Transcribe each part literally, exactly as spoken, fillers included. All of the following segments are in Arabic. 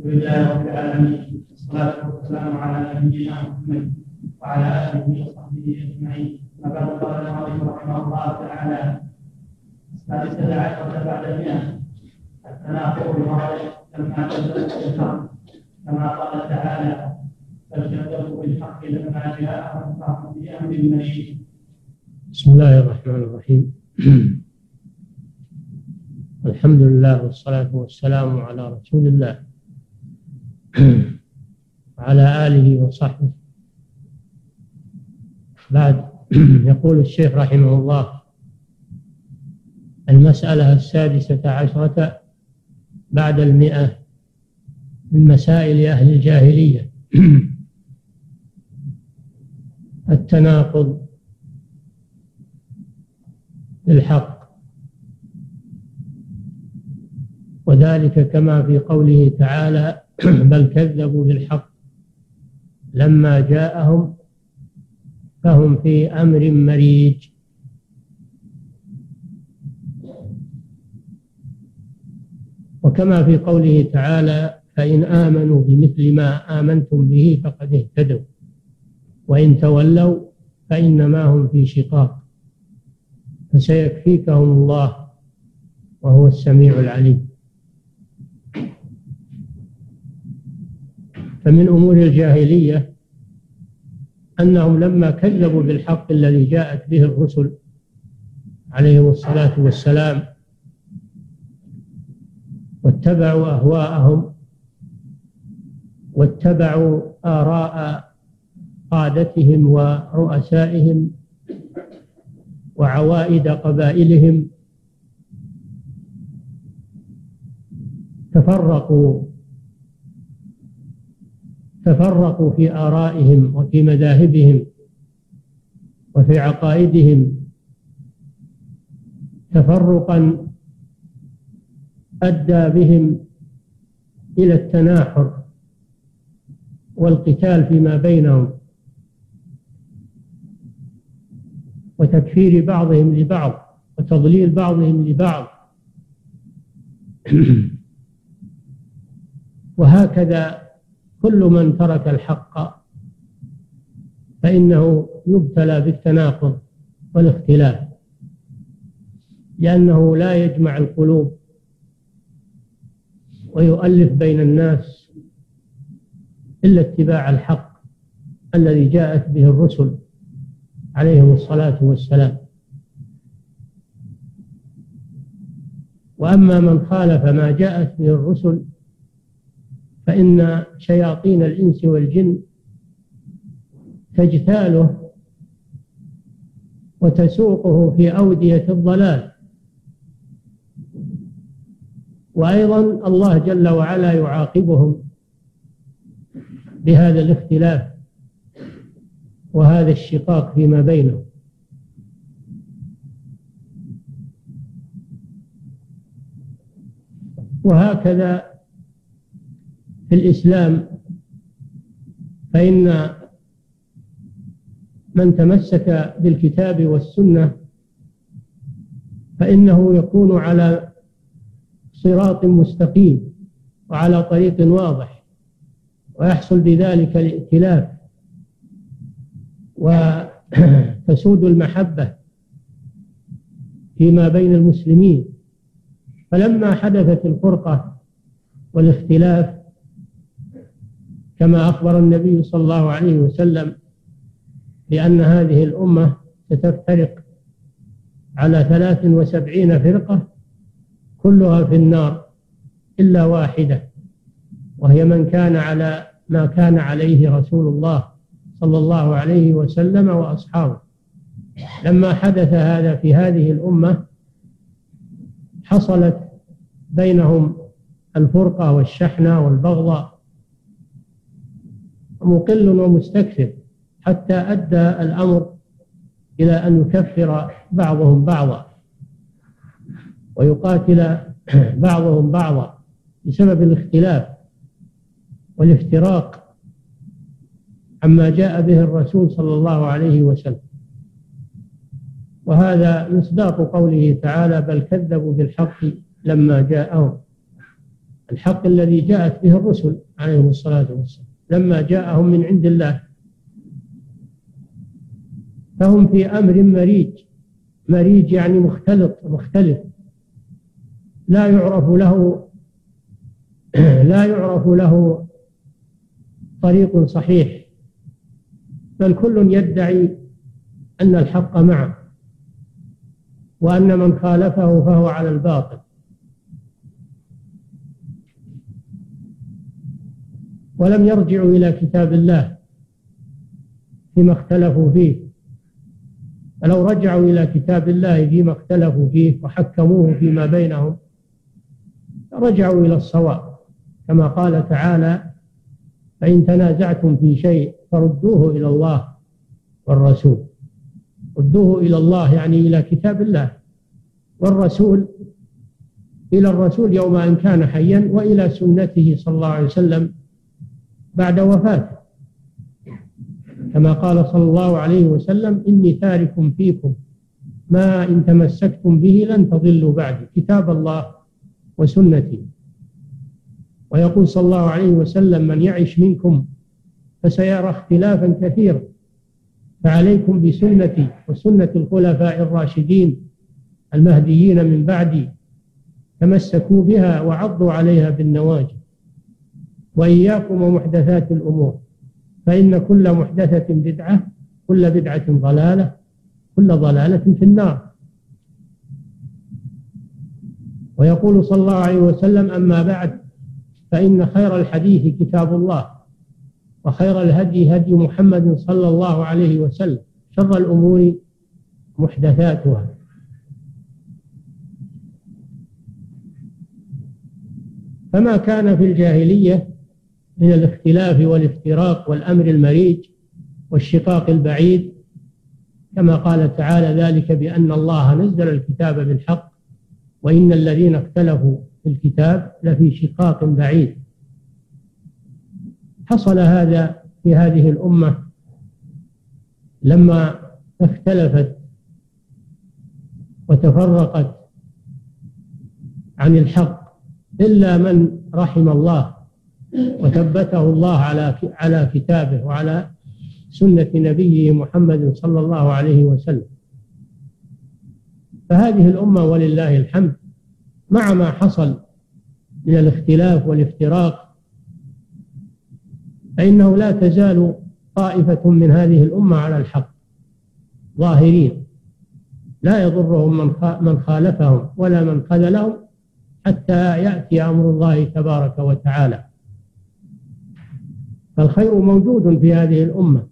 لله رب العالمين، والصلاة والسلام على نبينا محمد وعلى آله وصحبه أجمعين. وبعد قال المؤلف رحمه الله تعالى: السادسة عشرة بعد المئة، التناقض الواضح لما كذبوا بالحق، كما قال تعالى: بل كذبوا بالحق لما جاءهم فهم بأمر مريض. بسم الله الرحمن الرحيم. الحمد لله والصلاة والسلام على رسول الله وعلى آله وصحبه. بعد، يقول الشيخ رحمه الله: المسألة السادسة عشرة بعد المئة من مسائل أهل الجاهلية. التناقض بالحق، وذلك كما في قوله تعالى: بل كذبوا بالحق لما جاءهم فهم في أمر مريج. وكما في قوله تعالى: فإن آمنوا بمثل ما آمنتم به فقد اهتدوا وإن تولوا فإنما هم في شقاق فسيكفيكهم الله وهو السميع العليم. فمن أمور الجاهلية أنهم لما كذبوا بالحق الذي جاءت به الرسل عليهم الصلاة والسلام واتبعوا أهواءهم واتبعوا آراء قادتهم ورؤسائهم وعوائد قبائلهم، تفرقوا تفرقوا في آرائهم وفي مذاهبهم وفي عقائدهم تفرقا أدى بهم إلى التناحر والقتال فيما بينهم وتكفير بعضهم لبعض وتضليل بعضهم لبعض. وهكذا كل من ترك الحق فإنه يبتلى بالتناقض والاختلاف، لأنه لا يجمع القلوب ويؤلف بين الناس إلا اتباع الحق الذي جاءت به الرسل عليهم الصلاة والسلام. وأما من خالف ما جاءت به الرسل فإن شياطين الإنس والجن تجتاله وتسوقه في أودية الضلال. وأيضا الله جل وعلا يعاقبهم بهذا الاختلاف وهذا الشقاق فيما بينهم. وهكذا في الإسلام، فإن من تمسك بالكتاب والسنة فإنه يكون على صراط مستقيم وعلى طريق واضح، ويحصل بذلك الائتلاف وتسود المحبة فيما بين المسلمين. فلما حدثت الفرقة والاختلاف كما أخبر النبي صلى الله عليه وسلم بأن هذه الأمة ستفترق على ثلاث وسبعين فرقة كلها في النار إلا واحدة، وهي من كان على ما كان عليه رسول الله صلى الله عليه وسلم وأصحابه. لما حدث هذا في هذه الأمة حصلت بينهم الفرقة والشحنة والبغضاء، مقل ومستكثر، حتى أدى الأمر إلى أن يكفر بعضهم بعضا ويقاتل بعضهم بعضا بسبب الاختلاف والافتراق عما جاء به الرسول صلى الله عليه وسلم. وهذا مصداق قوله تعالى: بل كذبوا بالحق لما جاءهم. الحق الذي جاءت به الرسل عليهم الصلاة والسلام لما جاءهم من عند الله، فهم في أمر مريج. مريج يعني مختلط مختلف، لا يعرف له لا يعرف له طريق صحيح، بل كل يدعي أن الحق معه، وأن من خالفه فهو على الباطل. ولم يرجعوا إلى كتاب الله فيما اختلفوا فيه، فلو رجعوا إلى كتاب الله فيما اختلفوا فيه وحكموه فيما بينهم رجعوا إلى الصواب، كما قال تعالى: فإن تنازعتم في شيء فردوه إلى الله والرسول. ردوه إلى الله يعني إلى كتاب الله، والرسول إلى الرسول يوم أن كان حيا، وإلى سنته صلى الله عليه وسلم بعد وفاته، كما قال صلى الله عليه وسلم: إني تارك فيكم ما إن تمسكتم به لن تضلوا بعدي، كتاب الله وسنتي. ويقول صلى الله عليه وسلم: من يعش منكم فسيرى اختلافا كثيرا، فعليكم بسنتي وسنة الخلفاء الراشدين المهديين من بعدي، تمسكوا بها وعضوا عليها بالنواجذ، وإياكم ومحدثات الأمور، فإن كل محدثة بدعة، كل بدعة ضلالة، كل ضلالة في النار. ويقول صلى الله عليه وسلم: أما بعد، فإن خير الحديث كتاب الله، وخير الهدي هدي محمد صلى الله عليه وسلم، شر الأمور محدثاتها. فما كان في الجاهلية من الاختلاف والافتراق والأمر المريج والشقاق البعيد، كما قال تعالى: ذلك بأن الله نزل الكتاب بالحق وإن الذين اختلفوا في الكتاب لفي شقاق بعيد. حصل هذا في هذه الأمة لما اختلفت وتفرقت عن الحق، إلا من رحم الله وثبته الله على على كتابه وعلى سنة نبيه محمد صلى الله عليه وسلم. فهذه الأمة ولله الحمد مع ما حصل من الاختلاف والافتراق، فإنه لا تزال طائفة من هذه الأمة على الحق ظاهرين، لا يضرهم من خالفهم ولا من خذلهم حتى يأتي أمر الله تبارك وتعالى. فالخير موجود في هذه الأمة،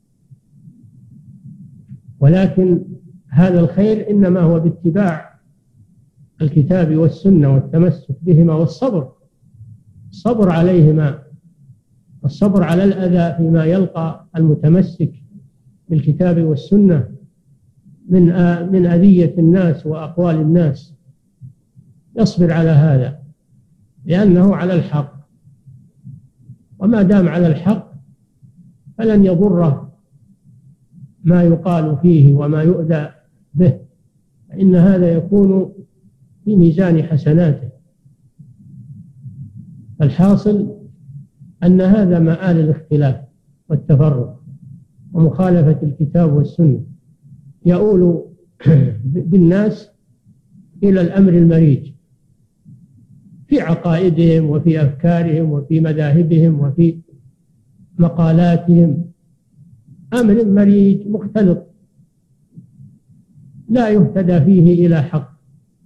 ولكن هذا الخير إنما هو باتباع الكتاب والسنة والتمسك بهما والصبر الصبر عليهما، الصبر على الأذى فيما يلقى المتمسك بالكتاب والسنة من من أذية الناس وأقوال الناس، يصبر على هذا لأنه على الحق، وما دام على الحق فلن يضره ما يقال فيه وما يؤذى به، فإن هذا يكون في ميزان حسناته. الحاصل أن هذا مآل الاختلاف والتفرق ومخالفة الكتاب والسنة يؤول بالناس إلى الأمر المريج في عقائدهم وفي أفكارهم وفي مذاهبهم وفي مقالاتهم، أمر مريج مختلط لا يهتدى فيه إلى حق.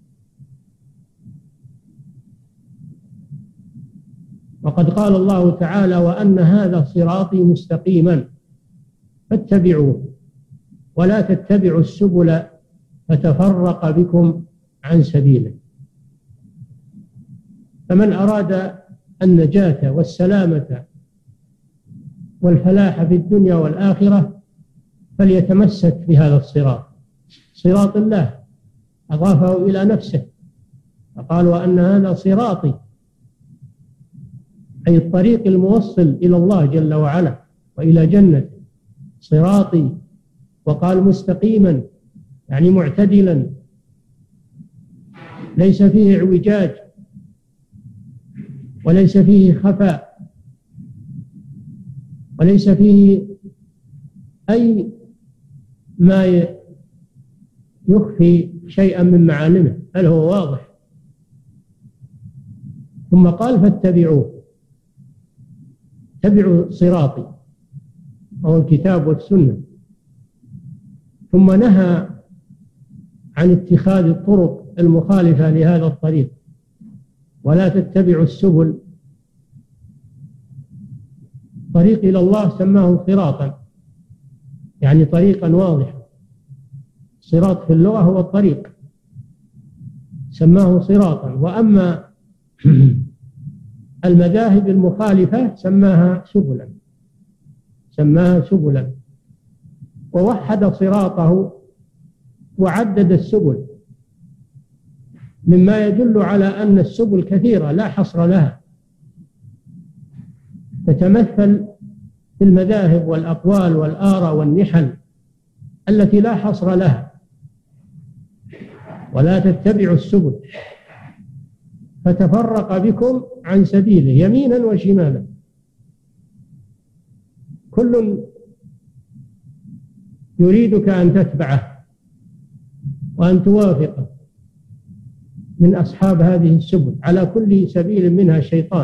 وقد قال الله تعالى: وأن هذا صراطي مستقيما فاتبعوه ولا تتبعوا السبل فتفرق بكم عن سبيله. فمن أراد النجاة والسلامة والفلاح في الدنيا والآخرة فليتمسك بهذا الصراط، صراط الله، أضافه إلى نفسه فقال: وأن هذا صراطي، أي الطريق الموصل إلى الله جل وعلا وإلى جنته، صراطي. وقال مستقيما يعني معتدلا، ليس فيه اعوجاج وليس فيه خفاء، وليس فيه أي ما يخفي شيئا من معالمه، بل هو واضح. ثم قال فاتبعوه، اتبعوا صراطي وهو الكتاب والسنة. ثم نهى عن اتخاذ الطرق المخالفة لهذا الطريق، ولا تتبعوا السبل. طريق إلى الله سماه صراطا، يعني طريقا واضحا. صراط في اللغة هو الطريق، سماه صراطا. وأما المذاهب المخالفة سماها سبلا، سماها سبلا، ووحد صراطه وعدد السبل، مما يدل على أن السبل كثيرة لا حصر لها، تتمثل في المذاهب والأقوال والآراء والنحل التي لا حصر لها. ولا تتبعوا السبل فتفرق بكم عن سبيله يمينا وشمالا. كل يريدك أن تتبعه وأن توافقه من أصحاب هذه السبل، على كل سبيل منها شيطان.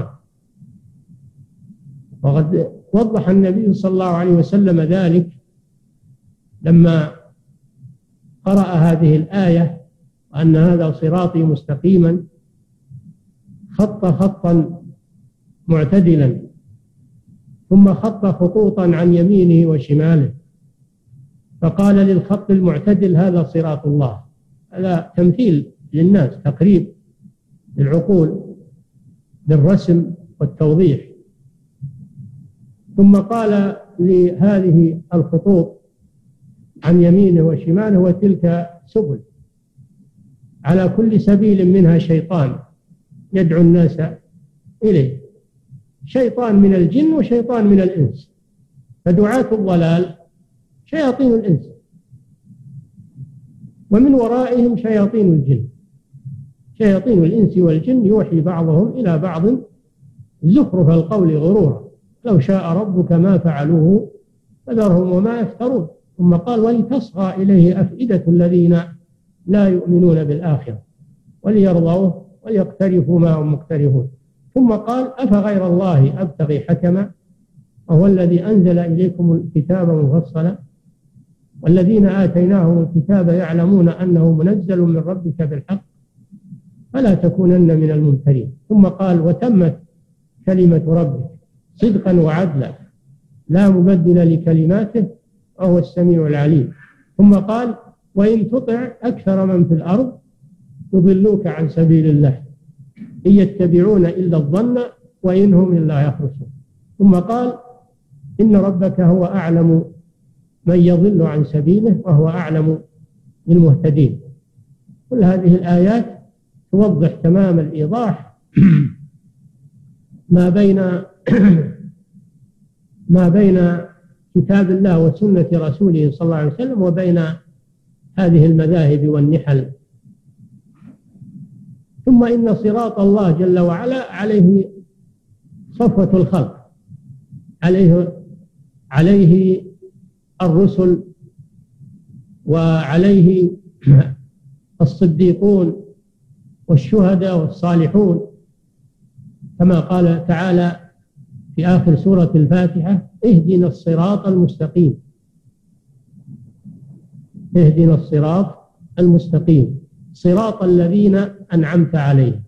وقد وضح النبي صلى الله عليه وسلم ذلك لما قرأ هذه الآية وأن هذا صراطي مستقيما، خط خطا معتدلا، ثم خط خطوطا عن يمينه وشماله، فقال للخط المعتدل هذا صراط الله. هذا تمثيل للناس، تقريب للعقول بالرسم والتوضيح. ثم قال لهذه الخطوط عن يمينه وشماله وتلك سبل، على كل سبيل منها شيطان يدعو الناس إليه، شيطان من الجن وشيطان من الإنس. فدعاة الضلال شياطين الإنس، ومن ورائهم شياطين الجن. شياطين الإنس والجن يوحي بعضهم إلى بعض زخرف القول غرورا، لو شاء ربك ما فعلوه فذرهم وما يفترون. ثم قال ولتصغى إليه أفئدة الذين لا يؤمنون بالآخرة وليرضوه وليقترفوا ما هم مقترفون. ثم قال أفغير الله أبتغي حكما وهو الذي أنزل إليكم الكتاب مفصلا والذين آتيناهم الكتاب يعلمون أنه منزل من ربك بالحق فلا تكونن من الممترين. ثم قال وتمت كلمة ربك صدقا وعدلا لا مبدل لكلماته وهو السميع العليم. ثم قال وإن تطع أكثر من في الأرض يضلوك عن سبيل الله إن يتبعون إلا الظن وإن هم إلا يخرصون. ثم قال إن ربك هو أعلم من يضل عن سبيله وهو أعلم بالمهتدين. كل هذه الآيات توضح تمام الإيضاح ما بين ما بين كتاب الله وسنة رسوله صلى الله عليه وسلم وبين هذه المذاهب والنحل. ثم إن صراط الله جل وعلا عليه صفوة الخلق، عليه عليه الرسل وعليه الصديقون والشهداء والصالحون، كما قال تعالى في آخر سورة الفاتحة اهدنا الصراط المستقيم. اهدنا الصراط المستقيم صراط الذين أنعمت عليهم.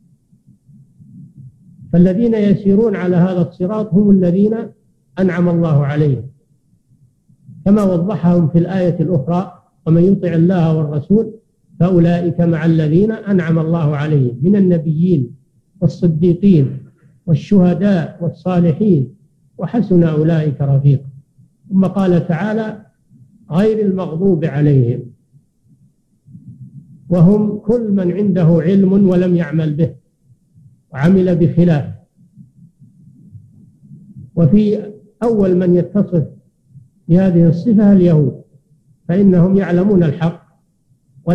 فالذين يسيرون على هذا الصراط هم الذين أنعم الله عليهم، كما وضحهم في الآية الأخرى ومن يطع الله والرسول فأولئك مع الذين أنعم الله عليهم من النبيين والصديقين والشهداء والصالحين وحسن أولئك رفيقا. ثم قال تعالى غير المغضوب عليهم، وهم كل من عنده علم ولم يعمل به وعمل بخلافه. وفي أول من يتصف بهذه الصفة اليهود، فإنهم يعلمون الحق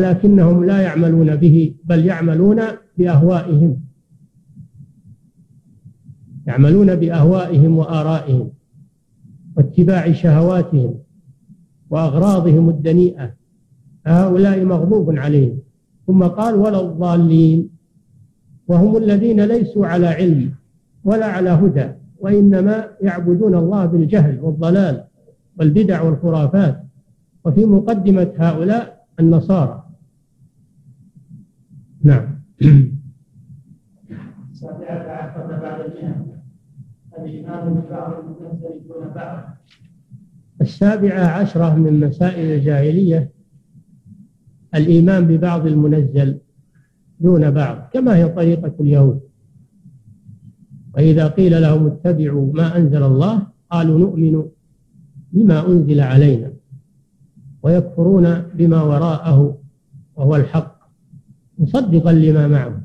ولكنهم لا يعملون به بل يعملون بأهوائهم. يعملون بأهوائهم وآرائهم واتباع شهواتهم وأغراضهم الدنيئة، هؤلاء مغضوب عليهم. ثم قال ولا الضالين، وهم الذين ليسوا على علم ولا على هدى، وإنما يعبدون الله بالجهل والضلال والبدع والخرافات. وفي مقدمة هؤلاء النصارى. نعم. السابعة عشرة بعد المئة الإيمان ببعض المنزل دون بعض. السابعة عشرة من مسائل الجاهلية الإيمان ببعض المنزل دون بعض، كما هي طريقة اليهود. وإذا قيل لهم اتبعوا ما أنزل الله قالوا نؤمن بما أنزل علينا، ويكفرون بما وراءه وهو الحق مصدقا لما معه.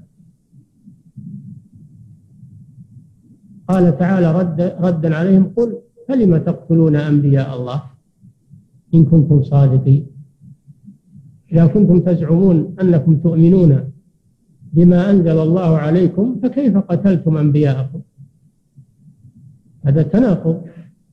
قال تعالى رد ردا عليهم قل فلم تقتلون أنبياء الله إن كنتم صادقين. إذا كنتم تزعمون أنكم تؤمنون بما أنزل الله عليكم فكيف قتلتم أنبياءكم؟ هذا تناقض.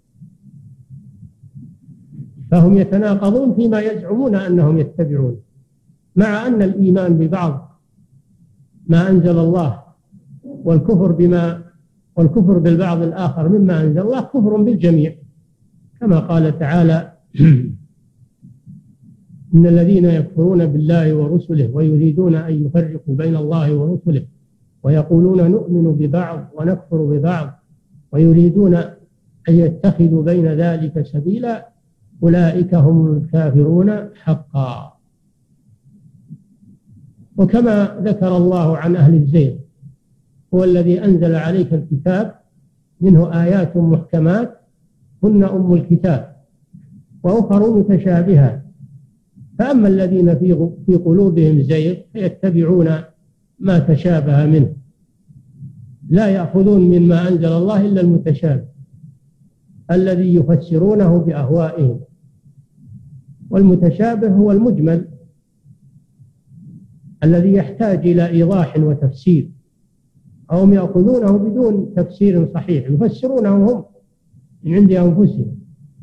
فهم يتناقضون فيما يزعمون أنهم يتبعون، مع أن الإيمان ببعض ما أنزل الله والكفر بما والكفر بالبعض الآخر مما أنزل الله كفر بالجميع، كما قال تعالى إن الذين يكفرون بالله ورسله ويريدون أن يفرقوا بين الله ورسله ويقولون نؤمن ببعض ونكفر ببعض ويريدون أن يتخذوا بين ذلك سبيلا أولئك هم الكافرون حقا. وكما ذكر الله عن أهل الزيغ هو الذي أنزل عليك الكتاب منه آيات محكمات هن أم الكتاب وأخر متشابهات، فأما الذين في في قلوبهم زيغ فيتبعون ما تشابه منه، لا يأخذون مما أنزل الله إلا المتشابه الذي يفسرونه بأهوائهم، والمتشابه هو المجمل الذي يحتاج إلى إيضاح وتفسير، أو يأخذونه بدون تفسير صحيح يفسرونه هم من عند أنفسهم.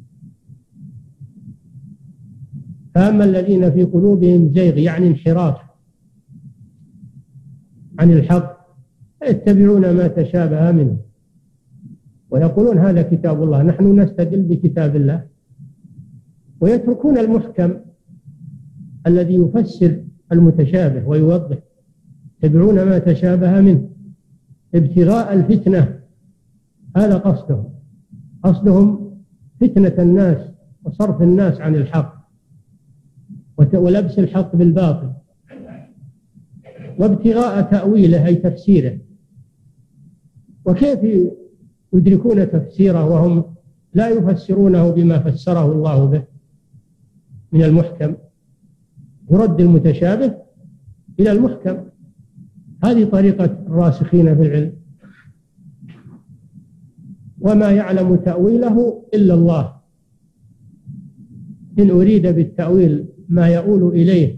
فأما الذين في قلوبهم زيغ يعني انحراف عن الحق يتبعون ما تشابه منه ويقولون هذا كتاب الله نحن نستدل بكتاب الله، ويتركون المحكم الذي يفسر المتشابه ويوضح، يتبعون ما تشابه منه ابتغاء الفتنة. هذا قصدهم، قصدهم فتنة الناس وصرف الناس عن الحق ولبس الحق بالباطل، وابتغاء تأويله أي تفسيره. وكيف يدركون تفسيره وهم لا يفسرونه بما فسره الله به من المحكم؟ يرد المتشابه إلى المحكم. هذه طريقة الراسخين في العلم. وما يعلم تأويله إلا الله، إن أريد بالتأويل ما يؤول إليه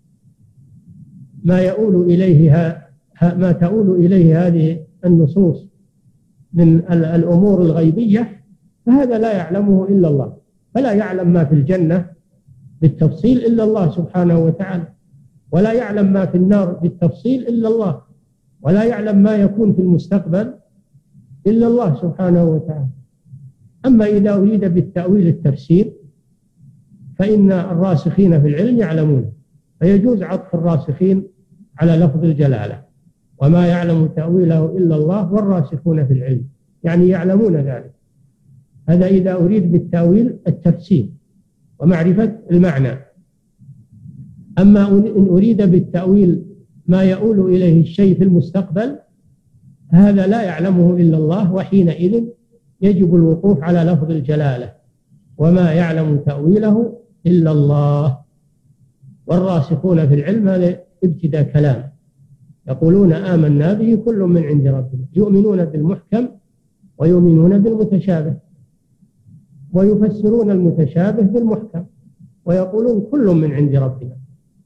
ما يؤول إليه ما تؤول إليه هذه النصوص من الأمور الغيبية فهذا لا يعلمه إلا الله، فلا يعلم ما في الجنة بالتفصيل إلا الله سبحانه وتعالى، ولا يعلم ما في النار بالتفصيل إلا الله، ولا يعلم ما يكون في المستقبل إلا الله سبحانه وتعالى. أما إذا أريد بالتأويل التفسير فإن الراسخين في العلم يعلمون، فيجوز عطف الراسخين على لفظ الجلالة، وما يعلم تأويله إلا الله والراسخون في العلم، يعني يعلمون ذلك. هذا إذا أريد بالتأويل التفسير ومعرفة المعنى. أما إن أريد بالتأويل ما يؤول إليه الشيء في المستقبل هذا لا يعلمه إلا الله، وحينئذ يجب الوقوف على لفظ الجلالة وما يعلم تأويله إلا الله. والراسخون في العلم هذا ابتداء كلام، يقولون آمنا به كل من عند ربنا، يؤمنون بالمحكم ويؤمنون بالمتشابه، ويفسرون المتشابه بالمحكم ويقولون كل من عند ربنا.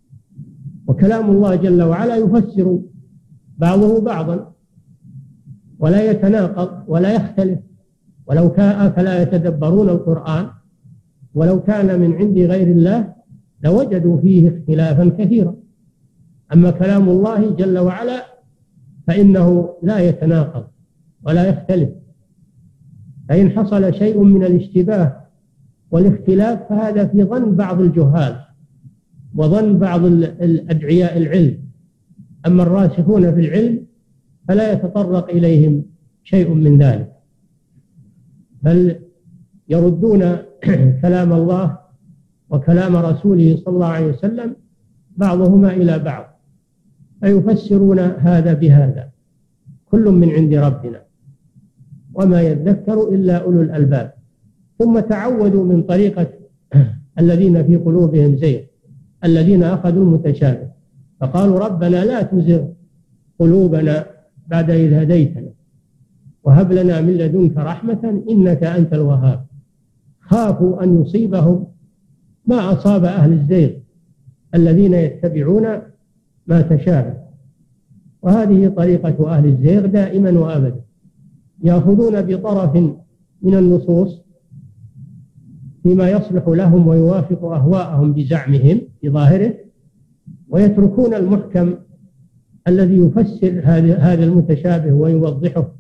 وكلام الله جل وعلا يفسر بعضه بعضا، ولا يتناقض ولا يختلف. ولو كان أفلا يتدبرون القرآن ولو كان من عند غير الله لوجدوا فيه اختلافا كثيرا. أما كلام الله جل وعلا فإنه لا يتناقض ولا يختلف. فإن حصل شيء من الاشتباه والاختلاف فهذا في ظن بعض الجهال وظن بعض الأدعياء العلم. أما الراسخون في العلم فلا يتطرق إليهم شيء من ذلك، بل يردون كلام الله وكلام رسوله صلى الله عليه وسلم بعضهما إلى بعض، فيفسرون هذا بهذا، كل من عند ربنا وما يذكر إلا أولو الألباب. ثم تعودوا من طريقة الذين في قلوبهم زيغ، الذين أخذوا المتشابه فقالوا ربنا لا تزغ قلوبنا بعد إذ هديتنا وهب لنا من لدنك رحمة إنك أنت الوهاب. خافوا أن يصيبهم ما أصاب أهل الزيغ الذين يتبعون ما تشابه. وهذه طريقة أهل الزيغ دائما وأبدا، يأخذون بطرف من النصوص فيما يصلح لهم ويوافق أهواءهم بزعمهم بظاهره، ويتركون المحكم الذي يفسر هذا المتشابه ويوضحه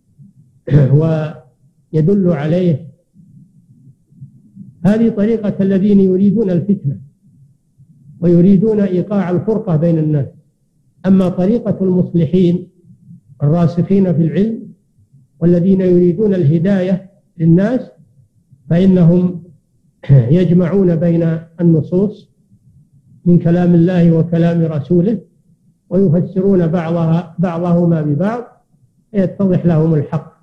ويدل عليه. هذه طريقة الذين يريدون الفتنة ويريدون إيقاع الفرقة بين الناس. أما طريقة المصلحين الراسخين في العلم والذين يريدون الهداية للناس فإنهم يجمعون بين النصوص من كلام الله وكلام رسوله ويفسرون بعضها بعضهما ببعض يتضح لهم الحق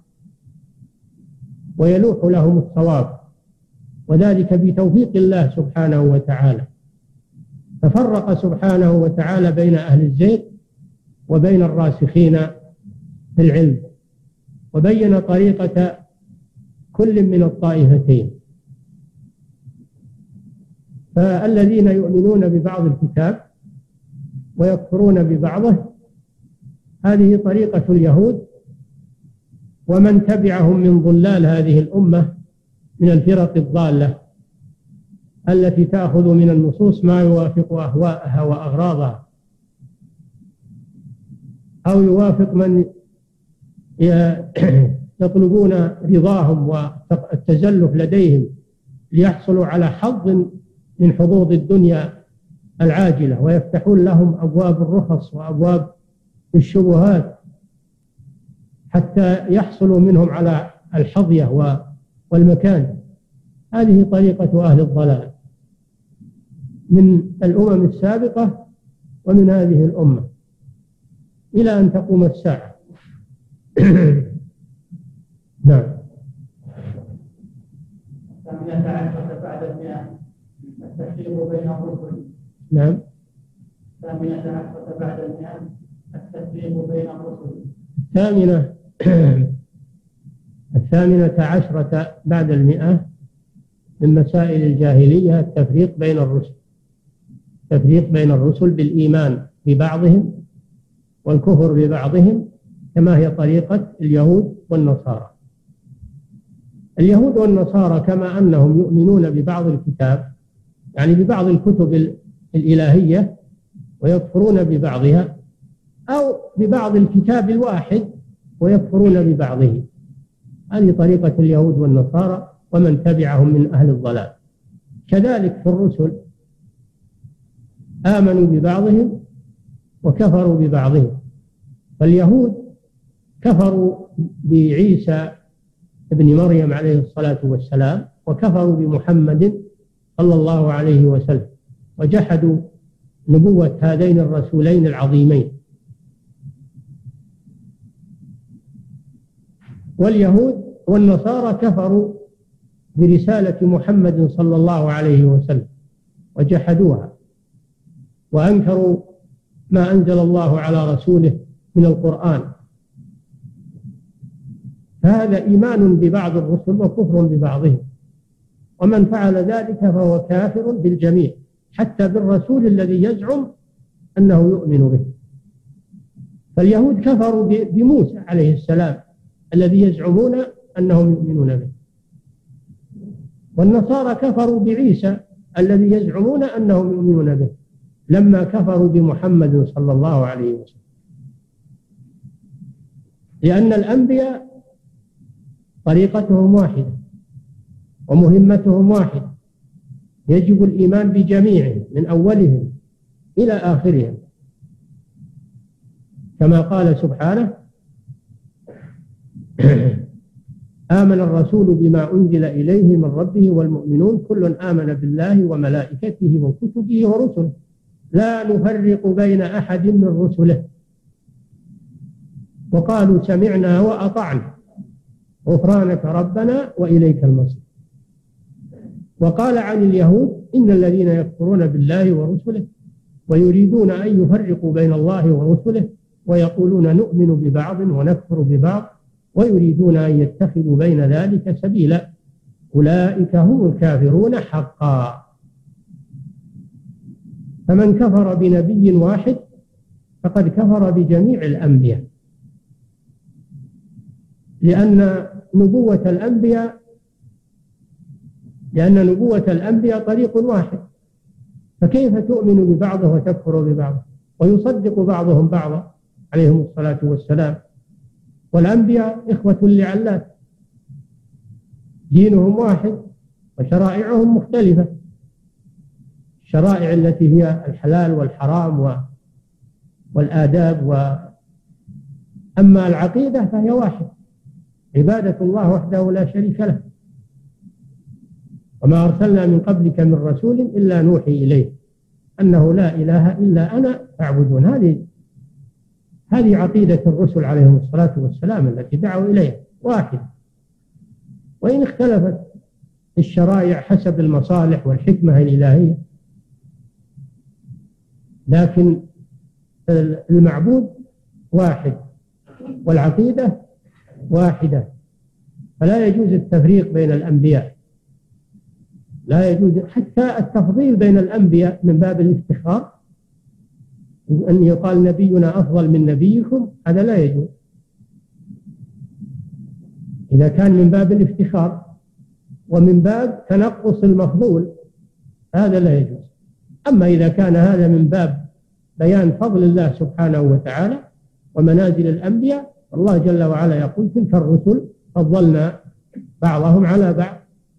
ويلوح لهم الصواب، وذلك بتوفيق الله سبحانه وتعالى. ففرق سبحانه وتعالى بين أهل الزيغ وبين الراسخين في العلم، وبين طريقة كل من الطائفتين. فالذين يؤمنون ببعض الكتاب ويكفرون ببعضه هذه طريقة اليهود ومن تبعهم من ضلال هذه الأمة من الفرق الضالة التي تأخذ من النصوص ما يوافق أهواءها وأغراضها، أو يوافق من يطلبون رضاهم والتزلف لديهم ليحصلوا على حظ من حظوظ الدنيا العاجلة، ويفتحون لهم أبواب الرخص وأبواب الشبهات حتى يحصلوا منهم على الحظية والمكان. هذه طريقة أهل الضلال من الأمم السابقة ومن هذه الأمة إلى أن تقوم الساعة. نعم. الثامنة عشرة بعد المئة التفريق بين الرسل. نعم. الثامنة عشرة بعد المئة التفريق بين الرسل. الثامنة الثامنة عشرة بعد المئة من مسائل الجاهلية التفريق بين الرسل، التفريق بين الرسل بالإيمان ببعضهم والكفر ببعضهم كما هي طريقة اليهود والنصارى. اليهود والنصارى كما أنهم يؤمنون ببعض الكتاب يعني ببعض الكتب الإلهية ويكفرون ببعضها، أو ببعض الكتاب الواحد ويكفرون ببعضه. هذه طريقة اليهود والنصارى ومن تبعهم من أهل الضلال. كذلك في الرسل آمنوا ببعضهم وكفروا ببعضهم. فاليهود كفروا بعيسى ابن مريم عليه الصلاة والسلام وكفروا بمحمد صلى الله عليه وسلم وجحدوا نبوة هذين الرسولين العظيمين. واليهود والنصارى كفروا برسالة محمد صلى الله عليه وسلم وجحدوها وأنكروا ما أنزل الله على رسوله من القرآن. فهذا إيمان ببعض الرسل وكفر ببعضهم، ومن فعل ذلك فهو كافر بالجميع حتى بالرسول الذي يزعم أنه يؤمن به. فاليهود كفروا بموسى عليه السلام الذي يزعمون أنهم يؤمنون به. والنصارى كفروا بعيسى الذي يزعمون أنهم يؤمنون به لما كفروا بمحمد صلى الله عليه وسلم، لأن الأنبياء طريقتهم واحدة ومهمتهم واحدة، يجب الإيمان بجميعهم من أولهم إلى آخرهم، كما قال سبحانه: آمن الرسول بما أنزل إليه من ربه والمؤمنون كل آمن بالله وملائكته وكتبه ورسله لا نفرق بين أحد من رسله وقالوا سمعنا وأطعنا غفرانك ربنا وإليك المصير. وقال عن اليهود: إن الذين يكفرون بالله ورسله ويريدون أن يفرقوا بين الله ورسله ويقولون نؤمن ببعض ونكفر ببعض ويريدون أن يتخذوا بين ذلك سبيلا أولئك هم الكافرون حقا. فمن كفر بنبي واحد فقد كفر بجميع الأنبياء، لأن نبوة الأنبياء لأن نبوة الأنبياء طريق واحد، فكيف تؤمن ببعضه وتكفر ببعضه ويصدق بعضهم بعضا عليهم الصلاة والسلام؟ والأنبياء إخوة لعلات، دينهم واحد وشرائعهم مختلفة، الشرائع التي هي الحلال والحرام والآداب، وأما العقيدة فهي واحد، عبادة الله وحده لا شريك له. وما أرسلنا من قبلك من رسول إلا نوحي إليه أنه لا إله إلا أنا فاعبدون. هذه هذه عقيدة الرسل عليهم الصلاة والسلام التي دعوا إليها واحد، وإن اختلفت الشرائع حسب المصالح والحكمة الإلهية، لكن المعبود واحد والعقيدة واحدة، فلا يجوز التفريق بين الأنبياء، لا يجوز حتى التفضيل بين الأنبياء من باب الافتخار، أن يقال نبينا أفضل من نبيكم، هذا لا يجوز. إذا كان من باب الافتخار ومن باب تنقص المفضول هذا لا يجوز. أما إذا كان هذا من باب بيان فضل الله سبحانه وتعالى ومنازل الأنبياء، الله جل وعلا يقول: تلك الرسل فضلنا بعضهم على بعض.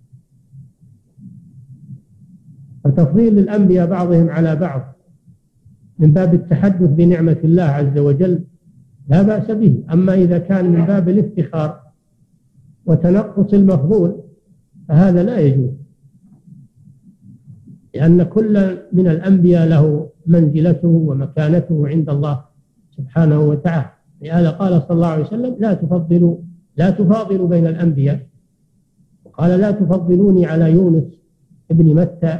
فتفضيل الأنبياء بعضهم على بعض من باب التحدث بنعمة الله عز وجل لا بأس به. أما إذا كان من باب الافتخار وتنقص المفضول فهذا لا يجوز، لأن كل من الأنبياء له منزلته ومكانته عند الله سبحانه وتعالى. لهذا قال صلى الله عليه وسلم: لا تفضلوا لا تفاضلوا بين الأنبياء، وقال: لا تفضلوني على يونس ابن متى.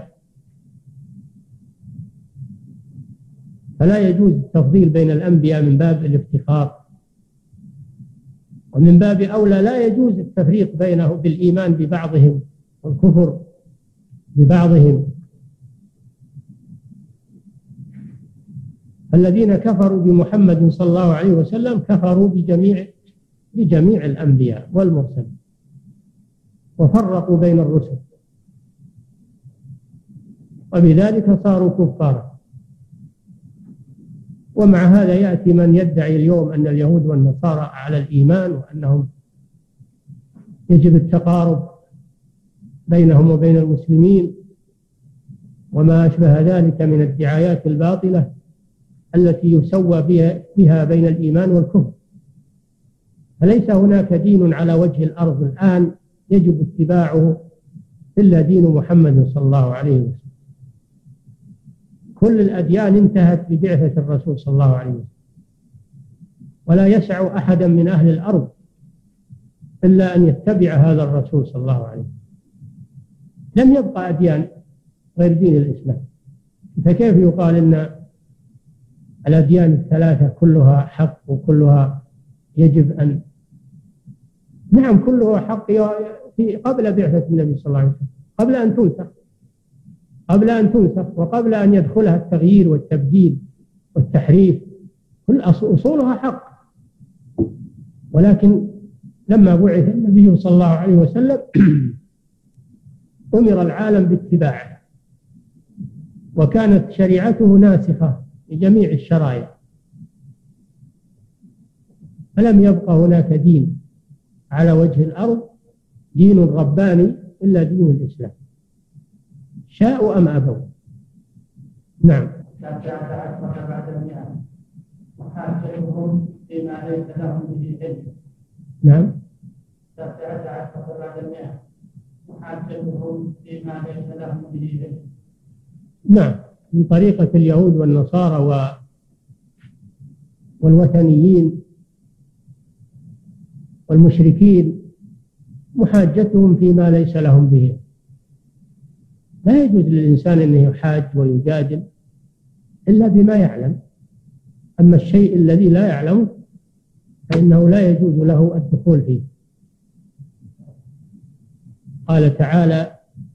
فلا يجوز التفضيل بين الأنبياء من باب الافتخار، ومن باب أولى لا يجوز التفريق بينه بالإيمان ببعضهم والكفر ببعضهم. الذين كفروا بمحمد صلى الله عليه وسلم كفروا بجميع بجميع الأنبياء والمرسلين وفرقوا بين الرسل، وبذلك صاروا كفارا. ومع هذا يأتي من يدعي اليوم أن اليهود والنصارى على الإيمان وأنهم يجب التقارب بينهم وبين المسلمين وما أشبه ذلك من الدعايات الباطلة التي يسوى بها, بها بين الإيمان والكفر. فليس هناك دين على وجه الأرض الآن يجب اتباعه إلا دين محمد صلى الله عليه وسلم. كل الأديان انتهت ببعثة الرسول صلى الله عليه وسلم، ولا يسع أحدا من أهل الأرض إلا أن يتبع هذا الرسول صلى الله عليه وسلم. لم يبقى أديان غير دين الإسلام، فكيف يقال إن الأديان الثلاثة كلها حق وكلها يجب أن نعم كلها حق في قبل بعثة النبي صلى الله عليه وسلم، قبل أن تنسخ قبل أن تنسخ وقبل أن يدخلها التغيير والتبديل والتحريف، كل أصولها حق، ولكن لما بعث النبي صلى الله عليه وسلم أمر العالم باتباعه، وكانت شريعته ناسخة لجميع الشرائع، فلم يبقى هناك دين على وجه الأرض دين رباني إلا دين الإسلام، شاءوا أم أبوا. نعم. بعد المئة وحاكمهم فيما ليس لهم به علم. نعم. تسعة عشر بعد المئة وحاكمهم فيما ليس لهم به علم. نعم، من طريقة اليهود والنصارى و والوثنيين والمشركين محاجتهم فيما ليس لهم به. لا يجوز للإنسان أن يحاج ويجادل إلا بما يعلم، أما الشيء الذي لا يعلمه فإنه لا يجوز له الدخول فيه. قال تعالى: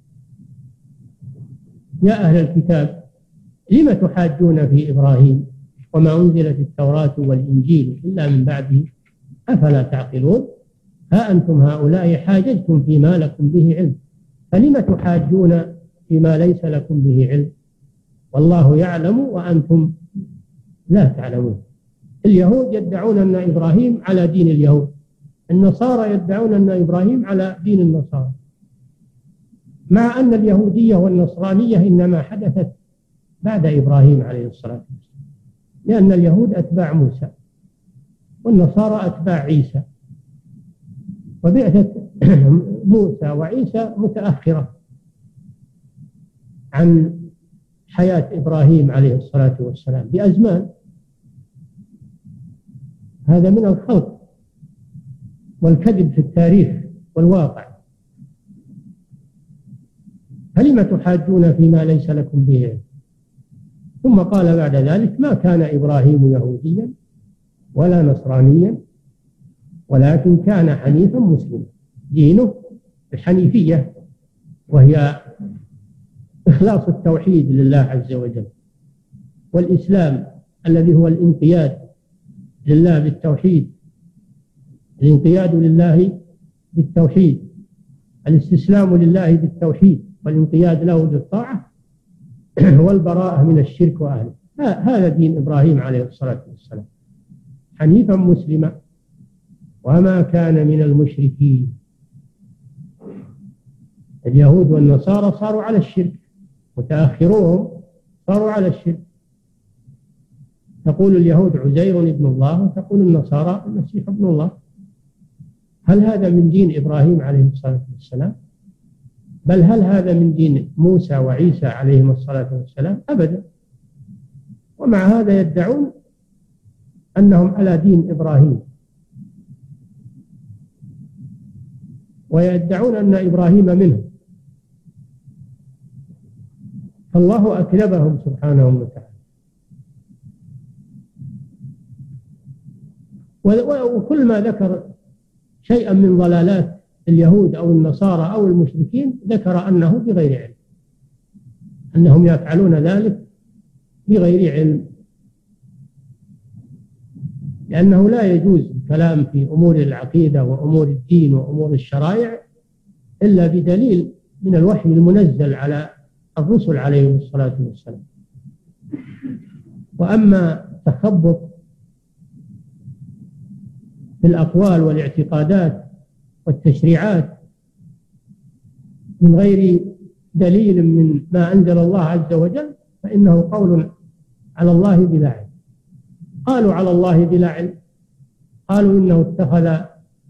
يا أهل الكتاب لم تحاجون في إبراهيم وما أنزلت التوراة والإنجيل إلا من بعده أفلا تعقلون؟ ها أنتم هؤلاء حاججتم فيما لكم به علم، فلم تحاجون فيما ليس لكم به علم والله يعلم وأنتم لا تعلمون. اليهود يدعون أن إبراهيم على دين اليهود، النصارى يدعون أن إبراهيم على دين النصارى، مع أن اليهودية والنصرانية إنما حدثت بعد إبراهيم عليه الصلاة والسلام، لأن اليهود أتباع موسى والنصارى أتباع عيسى، وبعثة موسى وعيسى متأخرة عن حياة إبراهيم عليه الصلاة والسلام بأزمان. هذا من الخلق والكذب في التاريخ والواقع. فلم تحاجون فيما ليس لكم به علم؟ ثم قال بعد ذلك: ما كان إبراهيم يهوديا ولا نصرانيا ولكن كان حنيفا مسلما. دينه الحنيفية، وهي إخلاص التوحيد لله عز وجل، والإسلام الذي هو الانقياد لله بالتوحيد، الانقياد لله بالتوحيد، الاستسلام لله بالتوحيد والانقياد له بالطاعة والبراءة من الشرك وأهله. هذا دين إبراهيم عليه الصلاة والسلام، حنيفا مسلما وما كان من المشركين. اليهود والنصارى صاروا على الشرك، متأخروهم صاروا على الشرك. تقول اليهود عزير ابن الله، وتقول النصارى المسيح ابن الله. هل هذا من دين إبراهيم عليه الصلاة والسلام؟ بل هل هذا من دين موسى وعيسى عليهم الصلاة والسلام؟ أبدا. ومع هذا يدعون أنهم على دين إبراهيم، ويدعون أن إبراهيم منهم، فالله أكذبهم سبحانه وتعالى. وكل ما ذكر شيئا من ضلالات اليهود أو النصارى أو المشركين ذكر أنه بغير علم، أنهم يفعلون ذلك بغير علم، لأنه لا يجوز الكلام في أمور العقيدة وأمور الدين وأمور الشرائع إلا بدليل من الوحي المنزل على الرسل عليهم الصلاة والسلام. وأما تخبط في الأقوال والاعتقادات والتشريعات من غير دليل من ما أنزل الله عز وجل فإنه قول على الله بلا علم. قالوا على الله بلا علم، قالوا إنه اتخذ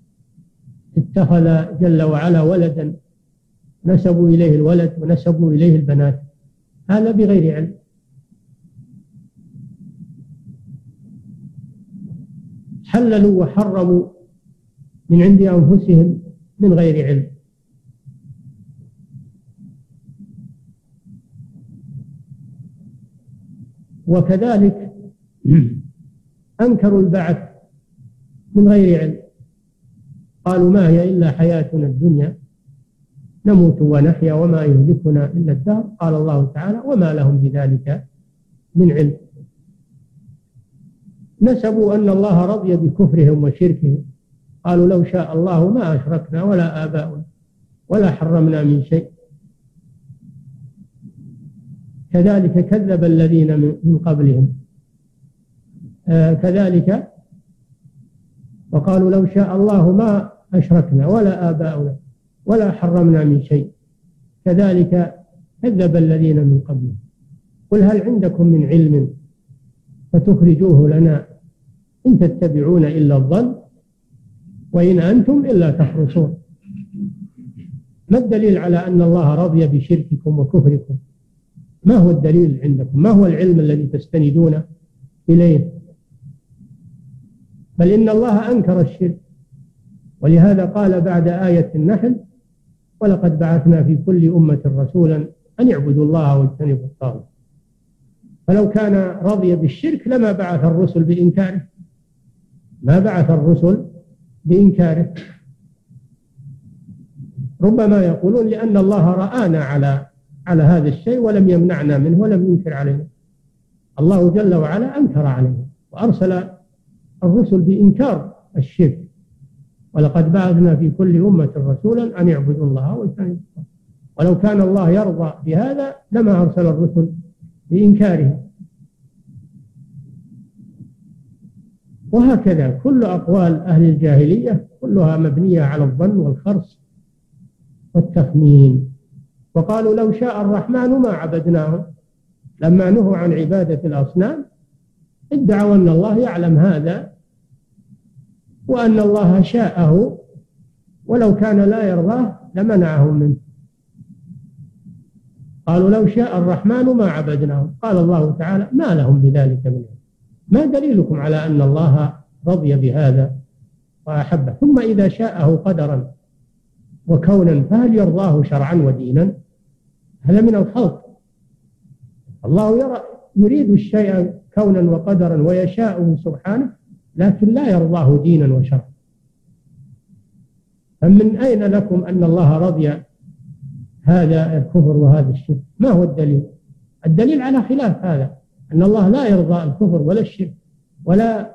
اتخذ جل وعلا ولدا، نسبوا إليه الولد ونسبوا إليه البنات، هذا بغير علم. حللوا وحرموا من عند أنفسهم من غير علم. وكذلك أنكروا البعث من غير علم، قالوا ما هي إلا حياتنا الدنيا نموت ونحيا وما يهلكنا إلا الدهر. قال الله تعالى: وما لهم بذلك من علم. نسبوا أن الله رضي بكفرهم وشركهم قالوا لو شاء الله ما أشركنا ولا آباؤنا ولا حرمنا من شيء. كذلك كذب الذين من قبلهم. آه كذلك وقالوا لو شاء الله ما أشركنا ولا آباؤنا ولا حرمنا من شيء كذلك كذب الذين من قبلهم. قل هل عندكم من علم فتخرجوه لنا إن تتبعون إلا الظن وإن أنتم إلا تخرصون. ما الدليل على أن الله رضي بشرككم وكفركم؟ ما هو الدليل عندكم؟ ما هو العلم الذي تستندون إليه؟ بل إن الله أنكر الشرك، ولهذا قال بعد آية النحل ولقد بعثنا في كل أمة رسولا أن يعبدوا الله واجتنبوا الطاغوت. فلو كان رضي بالشرك لما بعث الرسل بإنكاره، ما بعث الرسل بإنكاره. ربما يقولون لأن الله رآنا على على هذا الشيء ولم يمنعنا منه ولم ينكر علينا. الله جل وعلا أنكر علينا وأرسل الرسل بإنكار الشرك. ولقد بعثنا في كل أمة رسولا أن يعبدوا الله واجتنبوا الطاغوت. ولو كان الله يرضى بهذا لما أرسل الرسل بإنكاره. وهكذا كل أقوال أهل الجاهلية كلها مبنية على الظن والخرص والتخمين. وقالوا لو شاء الرحمن ما عبدناهم. لما نهوا عن عبادة الأصنام ادعوا أن الله يعلم هذا وأن الله شاءه ولو كان لا يرضاه لمنعهم منه. قالوا لو شاء الرحمن ما عبدناهم. قال الله تعالى ما لهم بذلك من علم. ما دليلكم على أن الله رضي بهذا وأحبه؟ ثم إذا شاءه قدرا وكونا فهل يرضاه شرعا ودينا؟ هذا من الخلق. الله يرى يريد الشيء كونا وقدرا ويشاءه سبحانه، لكن لا يرضاه دينا وشرعا. فمن أين لكم أن الله رضي هذا الكفر وهذا الشرك؟ ما هو الدليل؟ الدليل على خلاف هذا، أن الله لا يرضى الكفر ولا الشرك ولا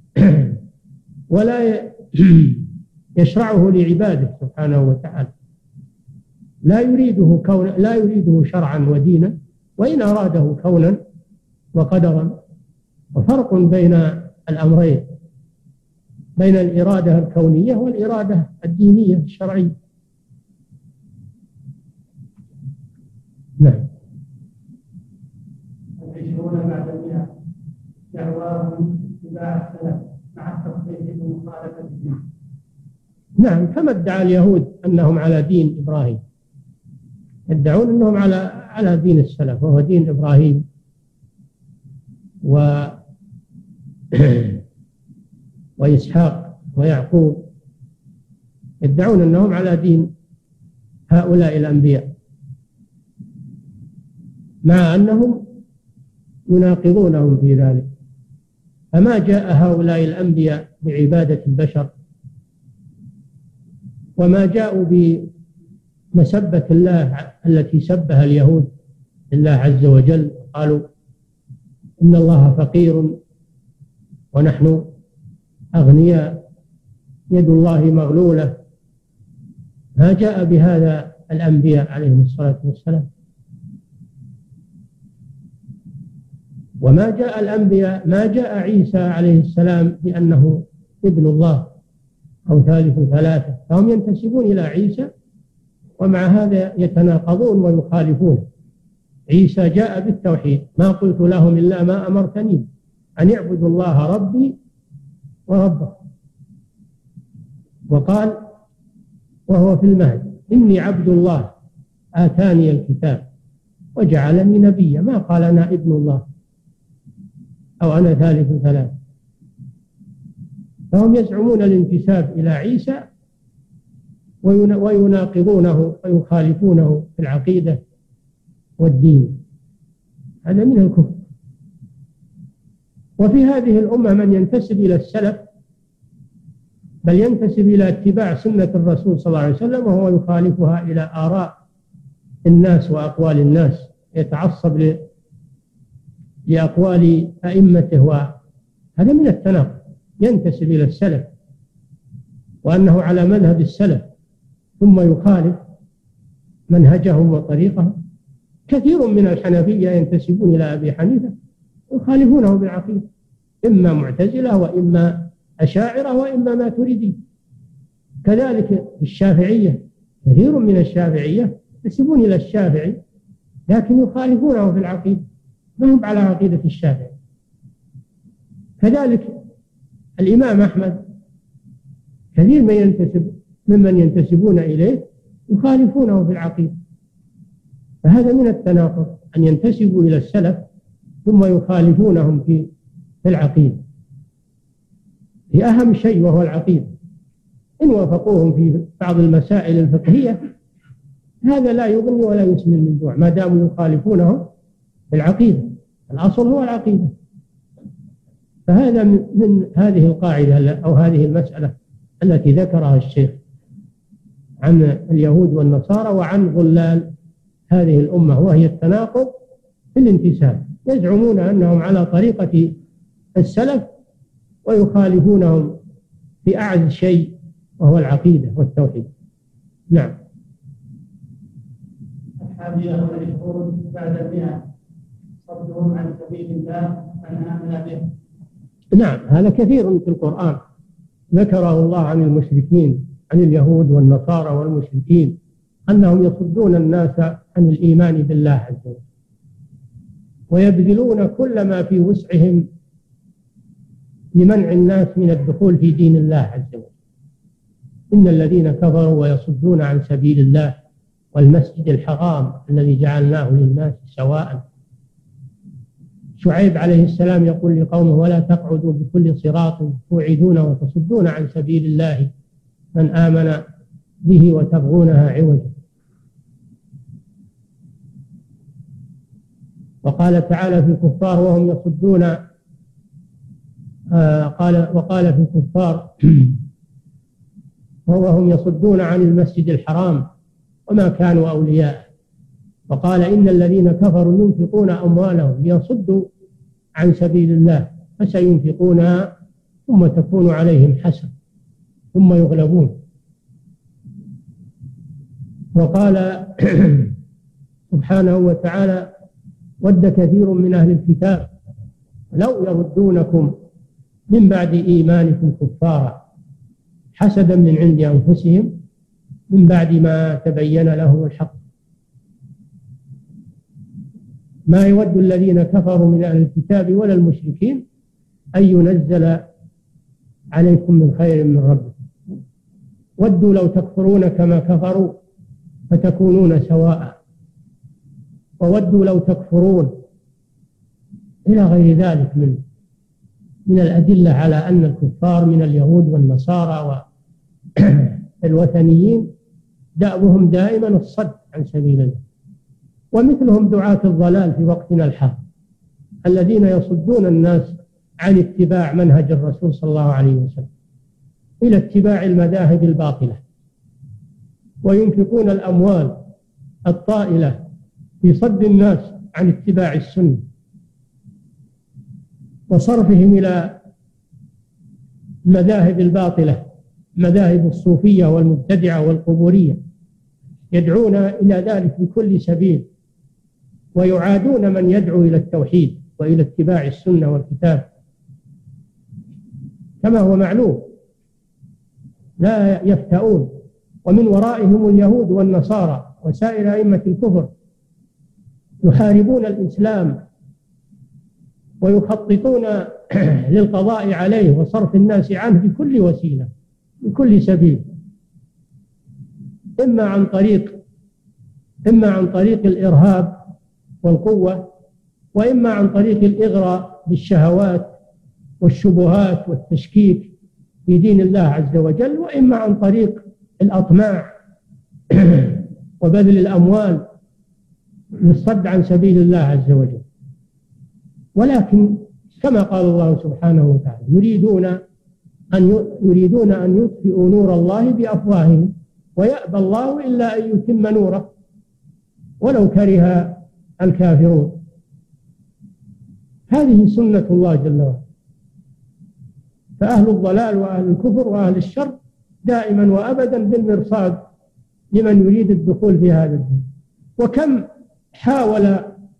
ولا يشرعه لعباده سبحانه وتعالى. لا يريده كون لا يريده شرعا ودينا، وإن أراده كونا وقدرا. وفرق بين الأمرين، بين الإرادة الكونية والإرادة الدينية الشرعية. نعم. العشرون بعد المئة دعواهم اتباع السلف مع التصحيح بمخالفتهم. نعم، كما ادعى اليهود أنهم على دين إبراهيم، يدعون أنهم على على دين السلف وهو دين إبراهيم و وإسحاق ويعقوب. يدعون أنهم على دين هؤلاء الأنبياء، مع أنهم يناقضونهم في ذلك. فما جاء هؤلاء الأنبياء بعبادة البشر، وما جاءوا بمسبة الله التي سبها اليهود لله عز وجل. قالوا إن الله فقير ونحن أغنياء، يد الله مغلولة. ما جاء بهذا الأنبياء عليهم الصلاة والسلام. وما جاء الأنبياء ما جاء عيسى عليه السلام بأنه ابن الله أو ثالث ثلاثة، فهم ينتسبون إلى عيسى ومع هذا يتناقضون ويخالفون. عيسى جاء بالتوحيد، ما قلت لهم إلا ما أمرتني أن يعبدوا الله ربي وربه. وقال وهو في المهد إني عبد الله آتاني الكتاب وجعلني نبيا. ما قال أنا ابن الله أو أنا ثالث ثلاثة. فهم يزعمون الانتساب إلى عيسى ويناقضونه ويخالفونه في العقيدة والدين. هذا من الكفر. وفي هذه الأمة من ينتسب إلى السلف، بل ينتسب إلى اتباع سنة الرسول صلى الله عليه وسلم، وهو يخالفها إلى آراء الناس وأقوال الناس، يتعصب لأقوال أئمته. وهذا من التناقض. ينتسب إلى السلف وأنه على مذهب السلف ثم يخالف منهجهم وطريقهم. كثير من الحنفية ينتسبون إلى أبي حنيفة يخالفونه بالعقيدة، إما معتزلة وإما أشاعرة وإما ماتريدي. كذلك الشافعية، كثير من الشافعية ينتسبون إلى الشافعي لكن يخالفونه في العقيدة، ما هم على عقيدة الشافعي. كذلك الإمام أحمد كثير من ينتسب ممن ينتسبون إليه يخالفونه في العقيدة. فهذا من التناقض أن ينتسبوا إلى السلف ثم يخالفونهم في العقيدة، في أهم شيء وهو العقيدة. إن وافقوهم في بعض المسائل الفقهية هذا لا يغني ولا يسمن من جوع ما داموا يخالفونه في العقيدة. الأصل هو العقيدة. فهذا من هذه القاعدة أو هذه المسألة التي ذكرها الشيخ عن اليهود والنصارى وعن ضلال هذه الأمة، وهي التناقض في الانتساب. يزعمون أنهم على طريقة السلف ويخالفونهم في أعز شيء وهو العقيدة والتوحيد. نعم. الحادية والعشرون بعد المئة صدهم عن سبيل الله من آمن به. نعم، هذا كثير في القرآن ذكره الله عن المشركين، عن اليهود والنصارى والمشركين، أنهم يصدون الناس عن الإيمان بالله عز وجل ويبذلون كل ما في وسعهم لمنع الناس من الدخول في دين الله عز وجل. إن الذين كفروا ويصدون عن سبيل الله والمسجد الحرام الذي جعلناه للناس سواء. شعيب عليه السلام يقول لقومه: ولا تقعدوا بكل صراط توعدون وتصدون عن سبيل الله من آمن به وتبغونها عوجا. وقال تعالى في الكفار وهم يصدون آه قال وقال في الكفار وهم يصدون عن المسجد الحرام وما كانوا أولياء. وقال إن الذين كفروا ينفقون أموالهم ليصدوا عن سبيل الله فسينفقونها ثم تكون عليهم حسرة ثم يغلبون. وقال سبحانه وتعالى: ود كثير من أهل الكتاب لو يردونكم من بعد إيمانكم كفارا حسدا من عند أنفسهم من بعد ما تبين لهم الحق. ما يود الذين كفروا من أهل الكتاب ولا المشركين أن ينزل عليكم من خير من ربكم ودوا لو تكفرون كما كفروا فتكونون سواء وودوا لو تكفرون إلى غير ذلك من من الأدلة على أن الكفار من اليهود والنصارى والوثنيين دأبهم دائما الصد عن سبيل الله، ومثلهم دعاة الضلال في وقتنا الحاضر الذين يصدون الناس عن اتباع منهج الرسول صلى الله عليه وسلم إلى اتباع المذاهب الباطلة، وينفقون الأموال الطائلة في صد الناس عن اتباع السنة وصرفهم إلى المذاهب الباطلة، مذاهب الصوفية والمبتدعة والقبورية، يدعون إلى ذلك بكل سبيل ويعادون من يدعو إلى التوحيد وإلى اتباع السنة والكتاب كما هو معلوم، لا يفتؤون. ومن ورائهم اليهود والنصارى وسائر أئمة الكفر يحاربون الإسلام ويخططون للقضاء عليه وصرف الناس عنه بكل وسيلة بكل سبيل، إما عن طريق إما عن طريق الإرهاب والقوة، وإما عن طريق الإغراء بالشهوات والشبهات والتشكيك في دين الله عز وجل، وإما عن طريق الأطماع وبذل الأموال للصد عن سبيل الله عز وجل. ولكن كما قال الله سبحانه وتعالى: يريدون أن يريدون أن يطفئوا نور الله بأفواههم ويأبى الله إلا أن يتم نوره ولو كره الكافرون. هذه سنة الله جل وعلا. فأهل الضلال وأهل الكفر وأهل الشر دائما وأبدا بالمرصاد لمن يريد الدخول في هذا الدين. وكم حاول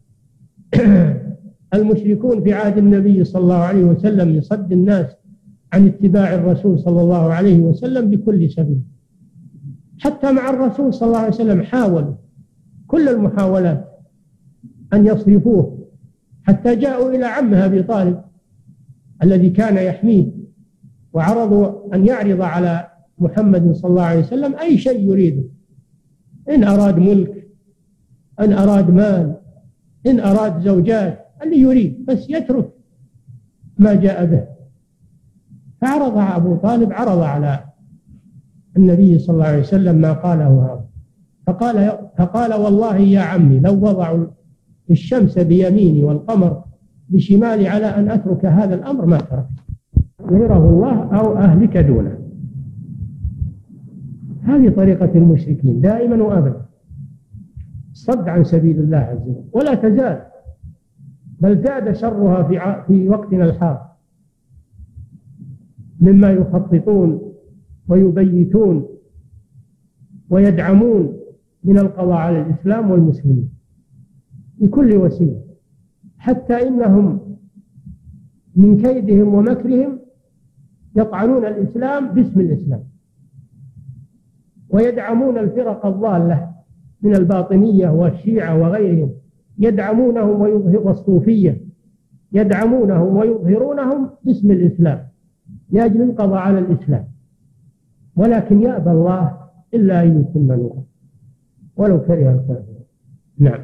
المشركون في عهد النبي صلى الله عليه وسلم لصد الناس عن اتباع الرسول صلى الله عليه وسلم بكل سبيل. حتى مع الرسول صلى الله عليه وسلم حاولوا كل المحاولات أن يصرفوه، حتى جاءوا إلى عمه أبي طالب الذي كان يحميه، وعرضوا أن يعرض على محمد صلى الله عليه وسلم أي شيء يريده، إن أراد ملك، إن أراد مال، إن أراد زوجات، اللي يريد بس يترك ما جاء به. فعرض أبو طالب عرض على النبي صلى الله عليه وسلم ما قاله هذا، فقال, فقال والله يا عمي لو وضعوا الشمس بيميني والقمر بشمالي على أن أترك هذا الأمر ما ترك، يظهره الله أو أهلك دونه. هذه طريقة المشركين دائما وأبدا، صد عن سبيل الله عز وجل، ولا تزال، بل زاد شرها في في وقتنا الحاضر مما يخططون ويبيتون ويدعمون من القضاء على الإسلام والمسلمين بكل وسيلة، حتى إنهم من كيدهم ومكرهم يطعنون الإسلام باسم الإسلام، ويدعمون الفرق الضالة من الباطنية والشيعة وغيرهم، يدعمونهم ويظهرون الصوفية، يدعمونهم ويظهرونهم باسم الإسلام لأجل القضاء على الإسلام، ولكن يأبى الله إلا أن يتم نوره ولو كره الكافرون. نعم.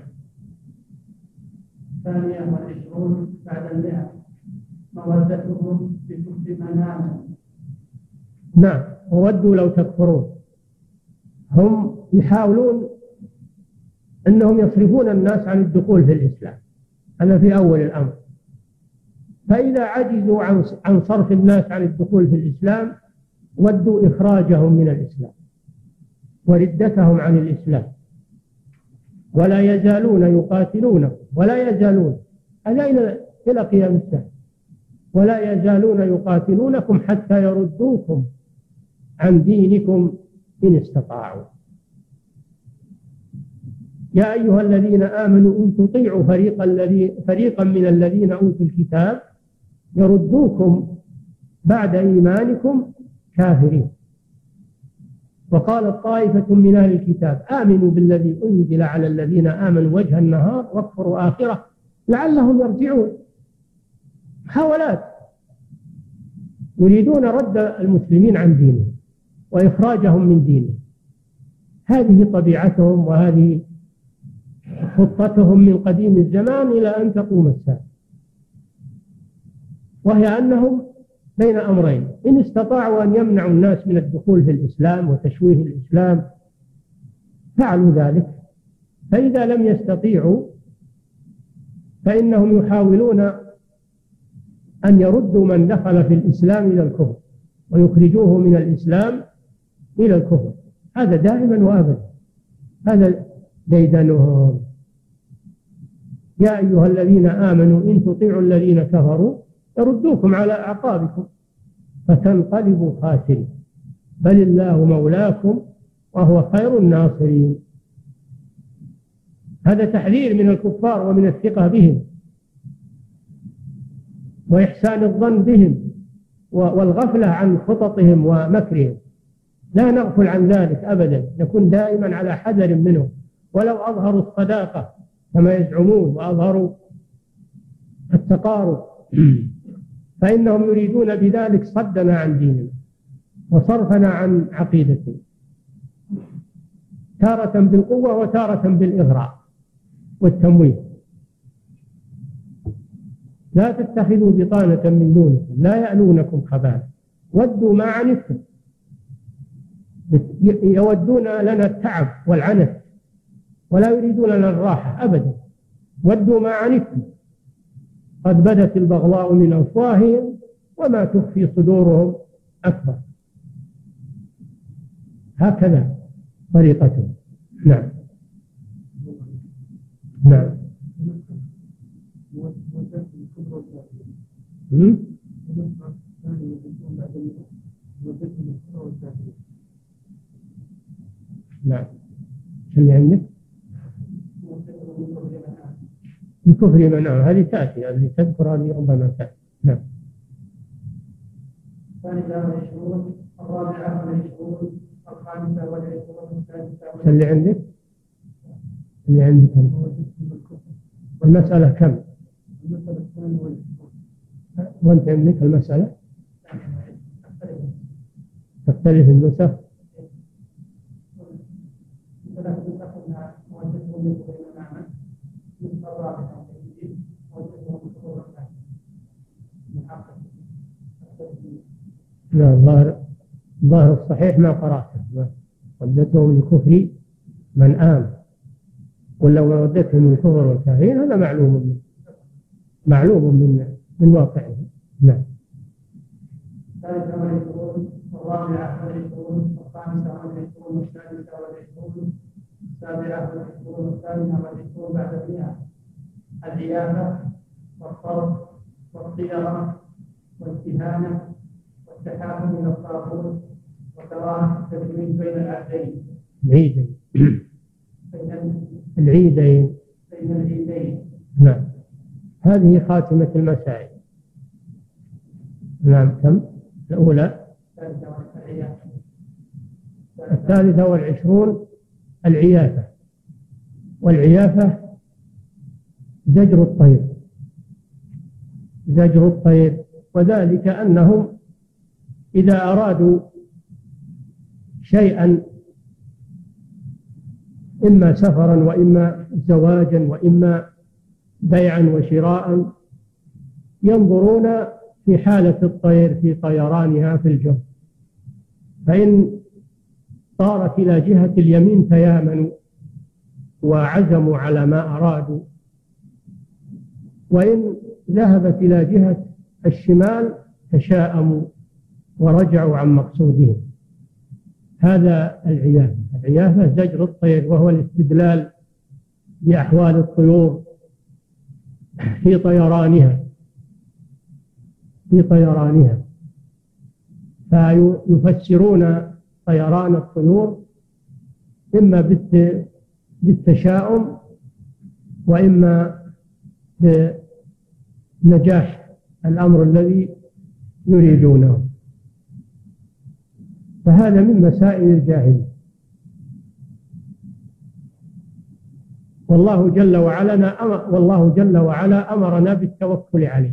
الثانية والعشرون بعد المئة مودتهم بكفر من آمن. نعم، وودوا لو تكفرون. هم يحاولون أنهم يصرفون الناس عن الدخول في الإسلام، هذا في أول الأمر. فإذا عجزوا عن صرف الناس عن الدخول في الإسلام ودوا إخراجهم من الإسلام وردتهم عن الإسلام، ولا يزالون يقاتلون ولا يزالون هذا إلى قيام الساعة، ولا يزالون يقاتلونكم حتى يردوكم عن دينكم إن استطاعوا. يا أيها الذين آمنوا إن تطيعوا فريقا, الذي فريقا من الذين أوتوا الكتاب يردوكم بعد إيمانكم كافرين. وقالت طائفة من أهل الكتاب آمنوا بالذي أنزل على الذين آمنوا وجه النهار واكفروا آخره لعلهم يرجعون. محاولات يريدون رد المسلمين عن دينهم وإخراجهم من دينهم. هذه طبيعتهم وهذه خطتهم من قديم الزمان إلى أن تقوم الساعة، وهي أنهم بين أمرين: إن استطاعوا أن يمنعوا الناس من الدخول في الإسلام وتشويه الإسلام فعلوا ذلك، فإذا لم يستطيعوا فإنهم يحاولون أن يردوا من دخل في الإسلام إلى الكفر ويخرجوه من الإسلام إلى الكفر. هذا دائما وأبدا، هذا ديدنهم. يا أيها الذين آمنوا إن تطيعوا الذين كفروا يردوكم على أعقابكم فتنقلبوا خاسرين بل الله مولاكم وهو خير الناصرين. هذا تحذير من الكفار ومن الثقة بهم وإحسان الظن بهم والغفلة عن خططهم ومكرهم. لا نغفل عن ذلك أبدا، نكون دائما على حذر منهم، ولو أظهروا الصداقة كما يزعمون وأظهروا التقارب فإنهم يريدون بذلك صدنا عن ديننا وصرفنا عن عقيدتنا، تارة بالقوة وتارة بالإغراء والتمويه. لا تتخذوا بطانة من دونكم لا يألونكم خبالا ودوا ما عنتم، يودون لنا التعب والعنت ولا يريدون لنا الراحة أبدا. ودوا ما عنتم قد بدت البغضاء من أفواههم وما تخفي صدورهم أكبر. هكذا طريقتهم. نعم نعم. نعم. شو اللي عندك؟ من كفر من آمن، هذه تأتي، هذه تذكر، هذه ربما تأتي. نعم. الثالثة والعشرون، الرابعة والعشرون، الخامسة والعشرون، السادسة. اللي عندك؟ اللي عندك أنت. والمسألة كم؟ المسألة الثانية والعشرون. وأنت عندك المسألة؟ تختلف النسخ؟ ثلاث نسخ منها موجهة من كفر من آمن. النسخة الرابعة والعشرون موجهة من كفر من آمن. لا، الظاهر الظاهر الصحيح ما قرأته. ردتهم لكفر من آمن، ولو ردتهم من كفر والكافرين هذا معلوم من معلوم من من واقعه. نعم. الثالثة والعشرون، الرابعة والعشرون، الخامسة والعشرون، السادسة والعشرون، السابعة والعشرون، الثامنة والعشرون بعد المئة. العيافة والصرف والطيرة والاستهانة والتحاكم إلى الطاغوت وكراهة التجويد بين العهدين. العيدين. بين العيدين. بين العيدين. نعم. هذه خاتمة المسائل. نعم. كم؟ الأولى. الثالثة والعشرون العيافة. والعيافة زجر الطير، زجر الطير، وذلك أنهم إذا أرادوا شيئا، إما سفرا وإما زواجا وإما بيعا وشراء، ينظرون في حالة الطير في طيرانها في الجو، فإن طارت إلى جهة اليمين تيامنوا وعزموا على ما أرادوا، وإن ذهبت إلى جهة الشمال تشاءموا ورجعوا عن مقصودهم. هذا العيافة. العيافة زجر الطير، وهو الاستدلال بأحوال الطيور في طيرانها في طيرانها فيفسرون طيران الطيور إما بالتشاؤم وإما بنجاح الأمر الذي يريدونه. فهذا من مسائل الجاهلية، والله جل وعلا والله جل وعلا أمرنا بالتوكل عليه،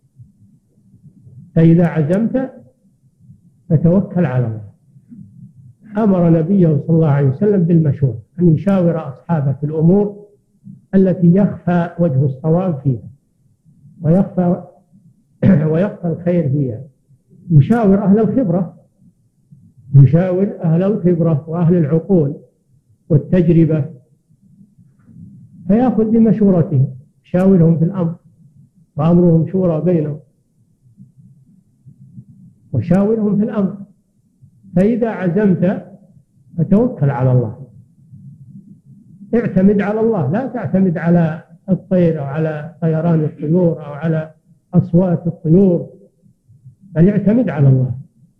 فإذا عزمت فتوكل على الله. أمر نبيه صلى الله عليه وسلم بالمشورة، أن يشاور أصحابه في الأمور التي يخفى وجه الصواب فيها ويخفى ويخفى الخير فيها. يشاور أهل الخبرة، يشاور أهل الخبرة وأهل العقول والتجربة، فيأخذ بمشورتهم، شاورهم في الأمر، وأمرهم شورى بينهم، وشاورهم في الأمر. فإذا عزمت فتوكل على الله، اعتمد على الله، لا تعتمد على الطير أو على طيران الطيور أو على أصوات الطيور، بل اعتمد على الله.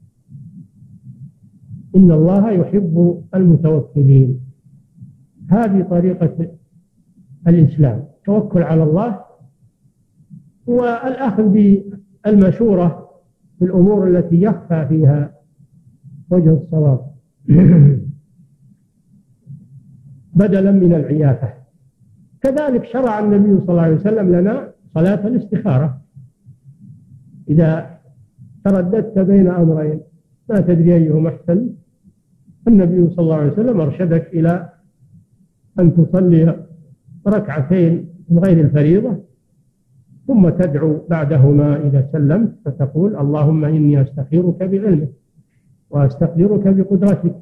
إن الله يحب المتوكلين. هذه طريقة الإسلام، توكل على الله والأخذ بالمشورة في الأمور التي يخفى فيها وجه الصواب بدلا من العيافة. كذلك شرع النبي صلى الله عليه وسلم لنا صلاة الاستخارة. إذا ترددت بين أمرين لا تدري أيهما أحسن، النبي صلى الله عليه وسلم أرشدك إلى أن تصلي ركعتين من غير الفريضة، ثم تدعو بعدهما إذا سلمت فتقول: اللهم إني أستخيرك بعلمك وأستقدرك بقدرتك،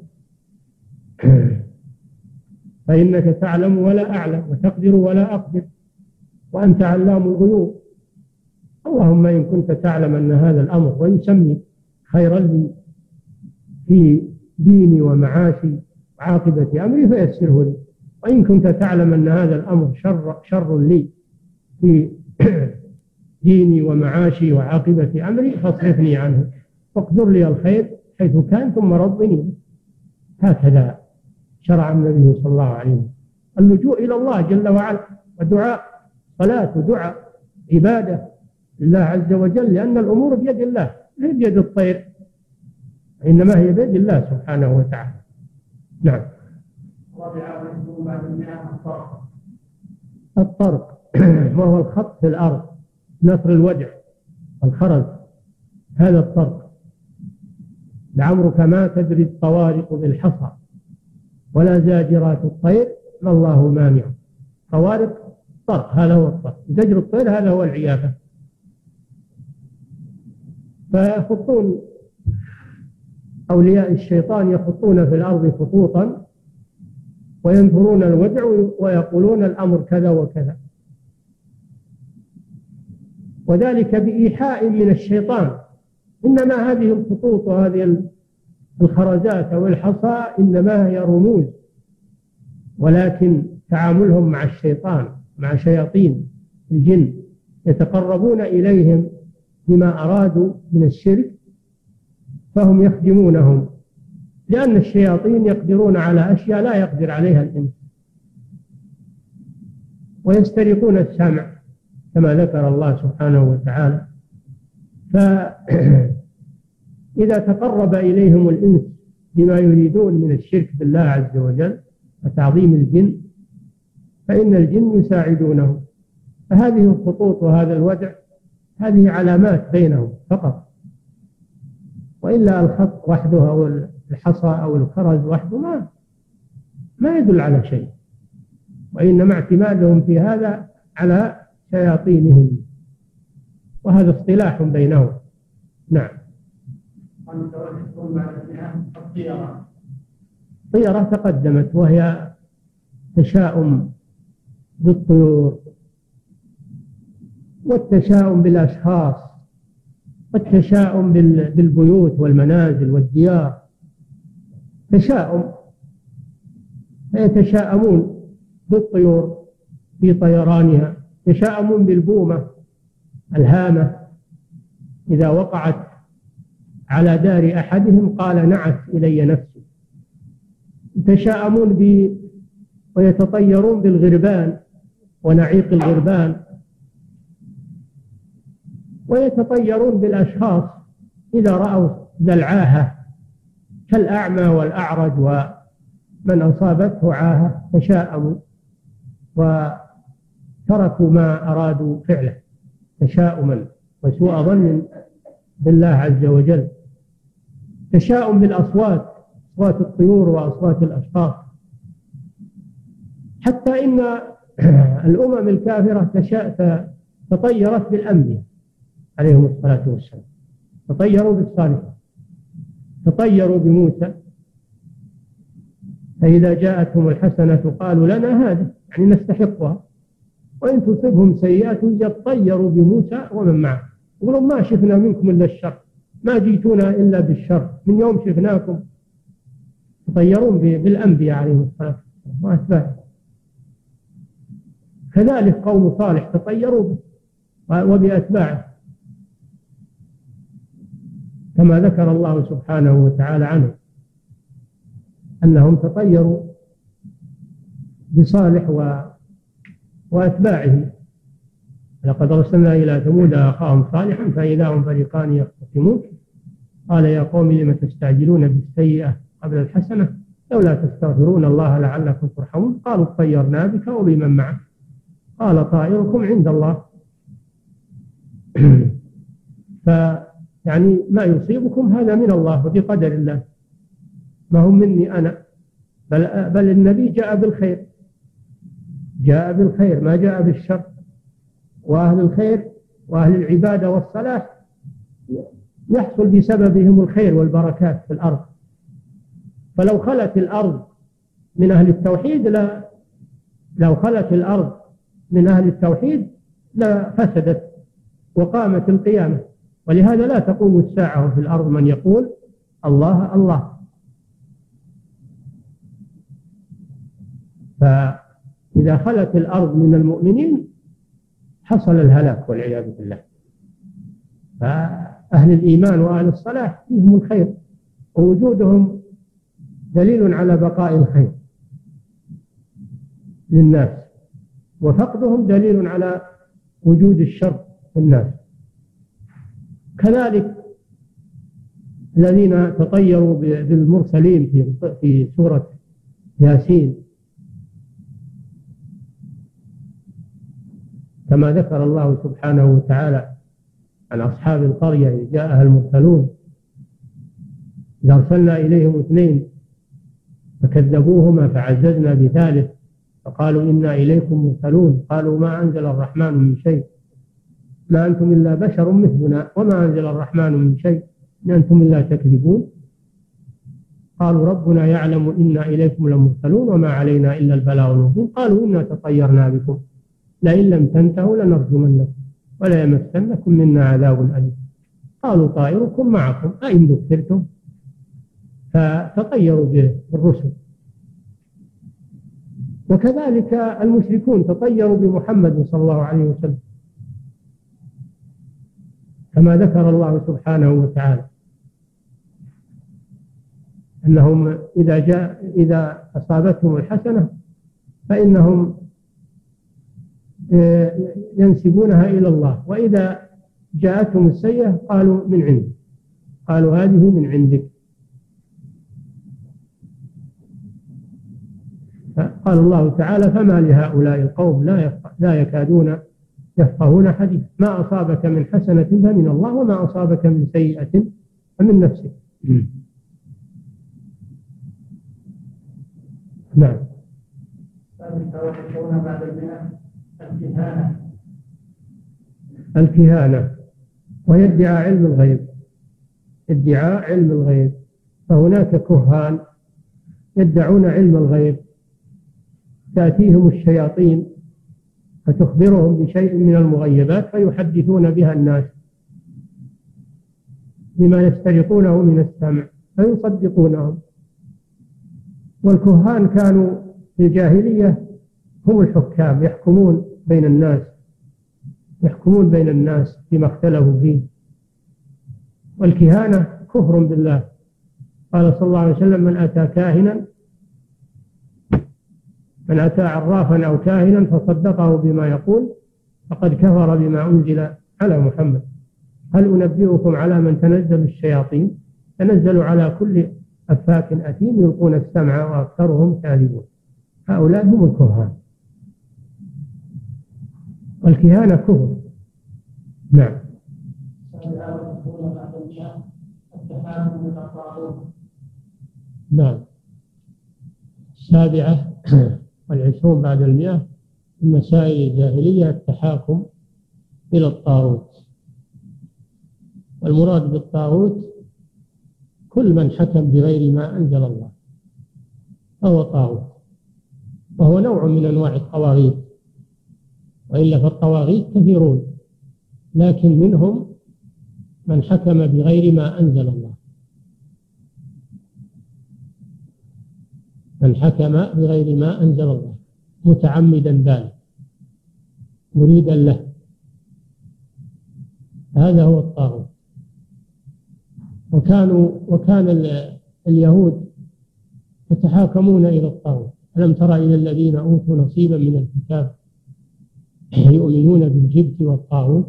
فإنك تعلم ولا أعلم وتقدر ولا أقدر وأنت علام الغيوب. اللهم إن كنت تعلم أن هذا الأمر ويسمي خيرا لي في ديني ومعاشي وعاقبة أمري فيسره لي، وإن كنت تعلم أن هذا الأمر شر, شر لي في ديني ومعاشي وعاقبة أمري فاصرفني عنه واقدر لي الخير حيث كان ثم رضني. هكذا شرع النبي صلى الله عليه وسلم اللجوء إلى الله جل وعلا، ودعاء، صلاة ودعاء عبادة لله عز وجل، لأن الأمور بيد الله لا بيد الطير، إنما هي بيد الله سبحانه وتعالى. نعم. الطرق وهو الخط في الأرض، نثر الودع الخرز، هذا الطرق. لعمرك ما تدري الطوارق بالحصى ولا زاجرات الطير ما الله مانع. طوارق طرق، هذا هو الطرق. زجر الطير هذا هو العيافة. فيخطون أولياء الشيطان يخطون في الأرض خطوطا وينثرون الودع ويقولون الأمر كذا وكذا، وذلك بإيحاء من الشيطان. إنما هذه الخطوط وهذه الخرزات أو الحصى إنما هي رموز، ولكن تعاملهم مع الشيطان، مع شياطين الجن، يتقربون إليهم بما أرادوا من الشرك، فهم يخدمونهم، لأن الشياطين يقدرون على أشياء لا يقدر عليها الإنس، ويسترقون السمع كما ذكر الله سبحانه وتعالى. فإذا تقرب إليهم الإنس بما يريدون من الشرك بالله عز وجل وتعظيم الجن، فإن الجن يساعدونه. فهذه الخطوط وهذا الودع هذه علامات بينهم فقط، وإلا الخط وحده أو الحصى أو الخرز وحده ما ما يدل على شيء، وإنما اعتمادهم في هذا على شياطينهم، وهذا اصطلاح بينهم. نعم. الطيرة تقدمت، وهي تشاؤم بالطيور والتشاؤم بالأشخاص والتشاؤم بالبيوت والمنازل والديار، تشاؤم، فيتشاءمون بالطيور في طيرانها، يتشاءمون بالبومة الهامة إذا وقعت على دار أحدهم قال نعت إلي نفسي، يتشاءمون ب ويتطيرون بالغربان ونعيق الغربان، ويتطيرون بالأشخاص إذا رأوا ذا العاهة كالأعمى والأعرج ومن أصابته عاهة تشاءموا وتركوا ما أرادوا فعله تشاؤما وسوء ظن بالله عز وجل. تشاؤم بالأصوات، أصوات الطيور وأصوات الأشخاص، حتى إن الأمم الكافرة تطيرت بالأنبياء عليهم الصلاة والسلام، تطيروا بالصالحين، تطيروا بموسى، فإذا جاءتهم الحسنة قالوا لنا هذه، يعني نستحقها، وإن تصبهم سيئة يطيروا بموسى ومن معه، يقولون ما شفنا منكم إلا الشر، ما جيتونا إلا بالشر، من يوم شفناكم. تطيرون بالأنبياء عليهم الصلاة والسلام وأتباعهم. كذلك قوم صالح تطيروا وبأتباعه، كما ذكر الله سبحانه وتعالى عنه أنهم تطيروا بصالح و... وأتباعه. لقد أرسلنا إلى ثمود أخاهم صالحا فإذا هم فريقان يختصمون قال يا قوم لم تستعجلون بالسيئة قبل الحسنة لولا تستغفرون الله لعلكم ترحمون قالوا اطيرنا بك وبمن معك قال طائركم عند الله. فيعني ما يصيبكم هذا من الله وبقدر الله، ما هم مني أنا، بل, بل النبي جاء بالخير، جاء بالخير ما جاء بالشر، وأهل الخير وأهل العبادة والصلاح يحصل بسببهم الخير والبركات في الأرض. فلو خلت الأرض من أهل التوحيد لا لو خلت الأرض من أهل التوحيد لفسدت وقامت القيامة. ولهذا لا تقوم الساعة في الأرض من يقول الله الله. فإذا خلت الأرض من المؤمنين حصل الهلاك والعياذ بالله. فأهل الإيمان وأهل الصلاح فيهم الخير، ووجودهم دليل على بقاء الخير للناس، وفقدهم دليل على وجود الشر في الناس. كذلك الذين تطيروا بالمرسلين في في سورة ياسين، كما ذكر الله سبحانه وتعالى عن أصحاب القرية إذ جاءها المرسلون إذ أرسلنا إليهم اثنين فكذبوهما فعززنا بثالث فقالوا إنا إليكم مرسلون قالوا ما أنزل الرحمن من شيء ما أنتم إلا بشر مثلنا وما أنزل الرحمن من شيء إن أنتم إلا تكذبون قالوا ربنا يعلم إنا إليكم لمرسلون وما علينا إلا البلاغ المبين قالوا إنا تطيرنا بكم لئن لم تنتهوا لنرجمنكم ولا يمسنكم منا عذاب أليم قالوا طائركم معكم أئن ذكرتم فتطيروا بالرسل. وكذلك المشركون تطيروا بمحمد صلى الله عليه وسلم كما ذكر الله سبحانه وتعالى أنهم إذا جاء إذا أصابتهم الحسنة فإنهم ينسبونها إلى الله وإذا جاءتهم السيئة قالوا من عندك قالوا هذه من عندك. قال الله تعالى فما لهؤلاء القوم لا لا يكادون يفقهون حديثا ما أصابك من حسنة فمن الله وما أصابك من سيئة فمن نفسك. نعم. الكهانة الكهانة وهي ادعاء علم الغيب ادعاء علم الغيب فهناك كهان يدعون علم الغيب تأتيهم الشياطين فتخبرهم بشيء من المغيبات فيحدثون بها الناس بما يسترقونه من السمع فيصدقونهم. والكهان كانوا في الجاهلية هم الحكام يحكمون بين الناس يحكمون بين الناس فيما اختلفوا فيه. والكهانة كفر بالله قال صلى الله عليه وسلم من أتى كاهنا من أتى عرافا أو كاهنا فصدقه بما يقول فقد كفر بما أنزل على محمد. هل أنبئكم على من تنزل الشياطين تنزل على كل أفاك أثيم يلقون السمع وأكثرهم كاذبون. هؤلاء هم الكهان والكهانة كفر. نعم. نعم. السابعة والعشرون بعد المئة من مسائل الجاهلية التحاكم إلى الطاغوت. والمراد بالطاغوت كل من حكم بغير ما أنزل الله فهو طاغوت وهو نوع من أنواع الطواغيت وإلا فالطواغيت كثيرون لكن منهم من حكم بغير ما أنزل الله من حكم بغير ما أنزل الله متعمدا ذلك مريدا له هذا هو الطاغوت. وكانوا وكان اليهود يتحاكمون إلى الطاغوت. ألم تر إلى الذين أوتوا نصيبا من الكتاب يؤمنون بالجبت والطاغوت.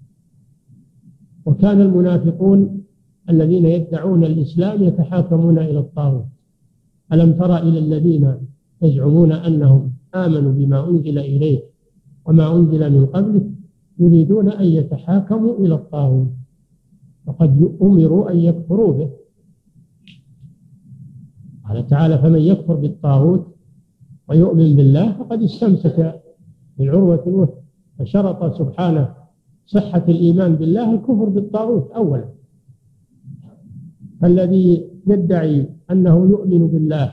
وكان المنافقون الذين يدعون الإسلام يتحاكمون إلى الطاغوت. ألم تر إلى الذين يزعمون أنهم آمنوا بما أنزل إليك وما أنزل من قبلك يريدون أن يتحاكموا إلى الطاغوت وقد أمروا أن يكفروا به. قال تعالى فمن يكفر بالطاغوت ويؤمن بالله فقد استمسك بالعروة الوثقى. فشرط سبحانه صحة الإيمان بالله الكفر بالطاغوت أولا. الذي يدعي أنه يؤمن بالله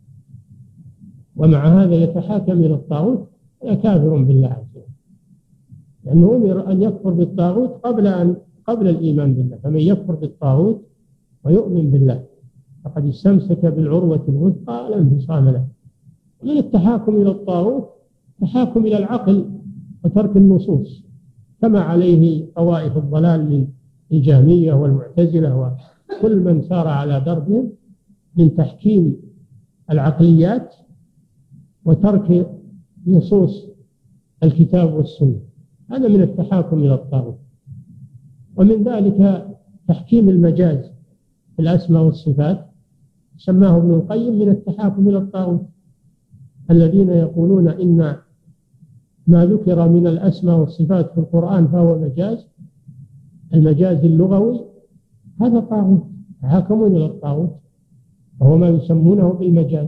ومع هذا يتحاكم إلى الطاغوت كافر بالله عز وجل لأنه أمر أن يكفر بالطاغوت قبل أن قبل الإيمان بالله. فمن يكفر بالطاغوت ويؤمن بالله فقد استمسك بالعروة الوثقى لا انفصام له. من التحاكم إلى الطاغوت تحاكم إلى العقل وترك النصوص كما عليه طوائف الضلال من الجهمية والمعتزلة وكل من سار على دربهم من تحكيم العقليات وترك نصوص الكتاب والسنة، هذا من التحاكم إلى الطاغوت. ومن ذلك تحكيم المجاز في الأسماء والصفات، سماه ابن القيم من التحاكم إلى الطاغوت. الذين يقولون إن ما ذكر من الأسماء والصفات في القرآن فهو مجاز، المجاز اللغوي، هذا طاغوت، تحاكمون إلى الطاغوت، وهو ما يسمونه بالمجاز.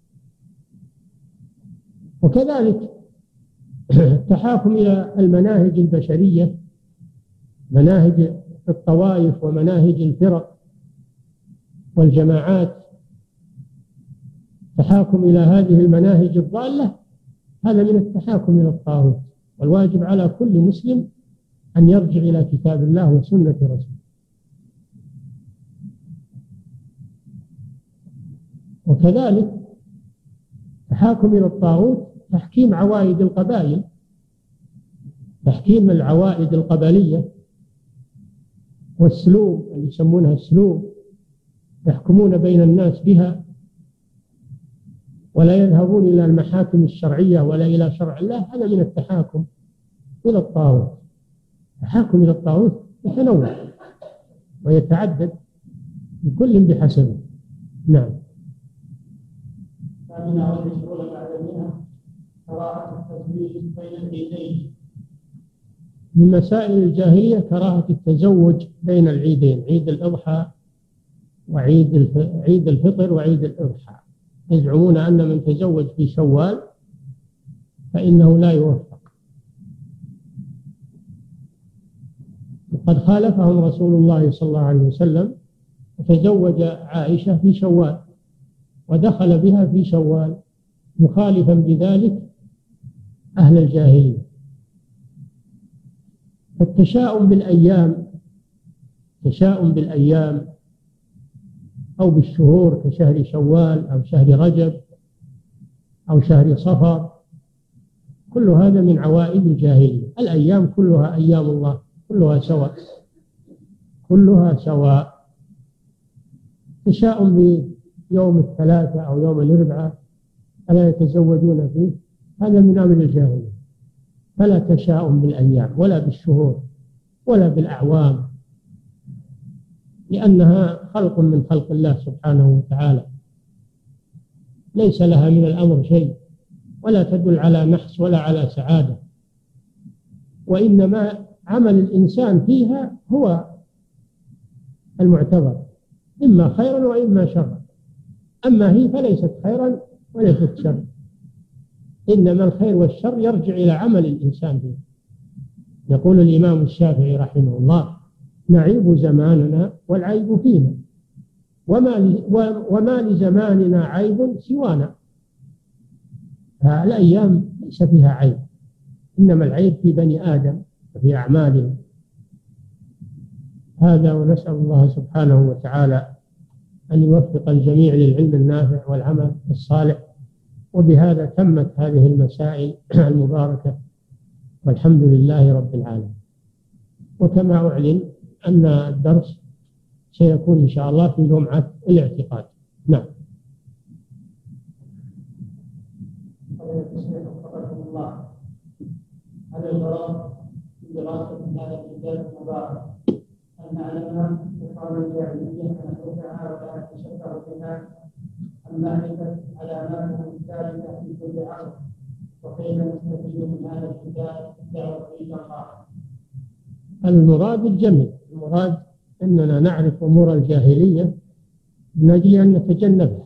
وكذلك التحاكم إلى المناهج البشرية، مناهج الطوائف ومناهج الفرق والجماعات، تحاكم إلى هذه المناهج الضالة، هذا من التحاكم إلى الطاغوت. والواجب على كل مسلم أن يرجع إلى كتاب الله وسنة رسوله. وكذلك تحاكم إلى الطاغوت تحكيم عوائد القبائل، تحكيم العوائد القبلية والسلوب اللي يسمونها السلوب، يحكمون بين الناس بها ولا يذهبون إلى المحاكم الشرعية ولا إلى شرع الله، هذا من التحاكم إلى الطاغوت. التحاكم إلى الطاغوت يتنوع ويتعدد، لكل بحسبه. نعم. ثامنة والعشرون بعد المئة كراهة التزويج بين العيدين. من مسائل الجاهلية كراهة التزوج بين العيدين، عيد الأضحى وعيد عيد الفطر وعيد الأضحى. يزعمون أن من تزوج في شوال فإنه لا يوفق، وقد خالفهم رسول الله صلى الله عليه وسلم وتزوج عائشة في شوال ودخل بها في شوال، مخالفا بذلك أهل الجاهلية. التشاؤم بالأيام، تشاؤم بالأيام أو بالشهور كشهر شوال أو شهر رجب أو شهر صفر، كل هذا من عوائد الجاهلية. الأيام كلها أيام الله، كلها سواء، كلها سواء. تشاؤم بيوم الثلاثاء أو يوم الأربعاء ألا يتزوجون فيه، هذا من أمر الجاهلية. فلا تشاؤم بالأيام ولا بالشهور ولا بالأعوام، لأنها خلق من خلق الله سبحانه وتعالى، ليس لها من الأمر شيء، ولا تدل على نحس ولا على سعادة، وإنما عمل الإنسان فيها هو المعتبر، إما خيرا وإما شرا. أما هي فليست خيرا وليست شرا، إنما الخير والشر يرجع إلى عمل الإنسان فيه. يقول الإمام الشافعي رحمه الله: نعيب زماننا والعيب فينا، وما وما لزماننا عيب سوانا. الأيام ليس فيها عيب، إنما العيب في بني آدم وفي أعمالهم. هذا، ونسأل الله سبحانه وتعالى أن يوفق الجميع للعلم النافع والعمل الصالح. وبهذا تمت هذه المسائل المباركة، والحمد لله رب العالمين. وكما أعلن أن الدرس سيكون إن شاء الله في لمعة الاعتقاد. نعم. هذا الغرض في دراسة هذا الكتاب المبارك أن نعلم إخوان الجاهلية نحوها ولا نتشبه بها، أن نعرف علامات الثابتة في كل عصر، وكيف نستفيد من هذا الكتاب الدعوة إلى الله. المراد الجمع، المراد أننا نعرف أمور الجاهلية من أجل أن نتجنبها،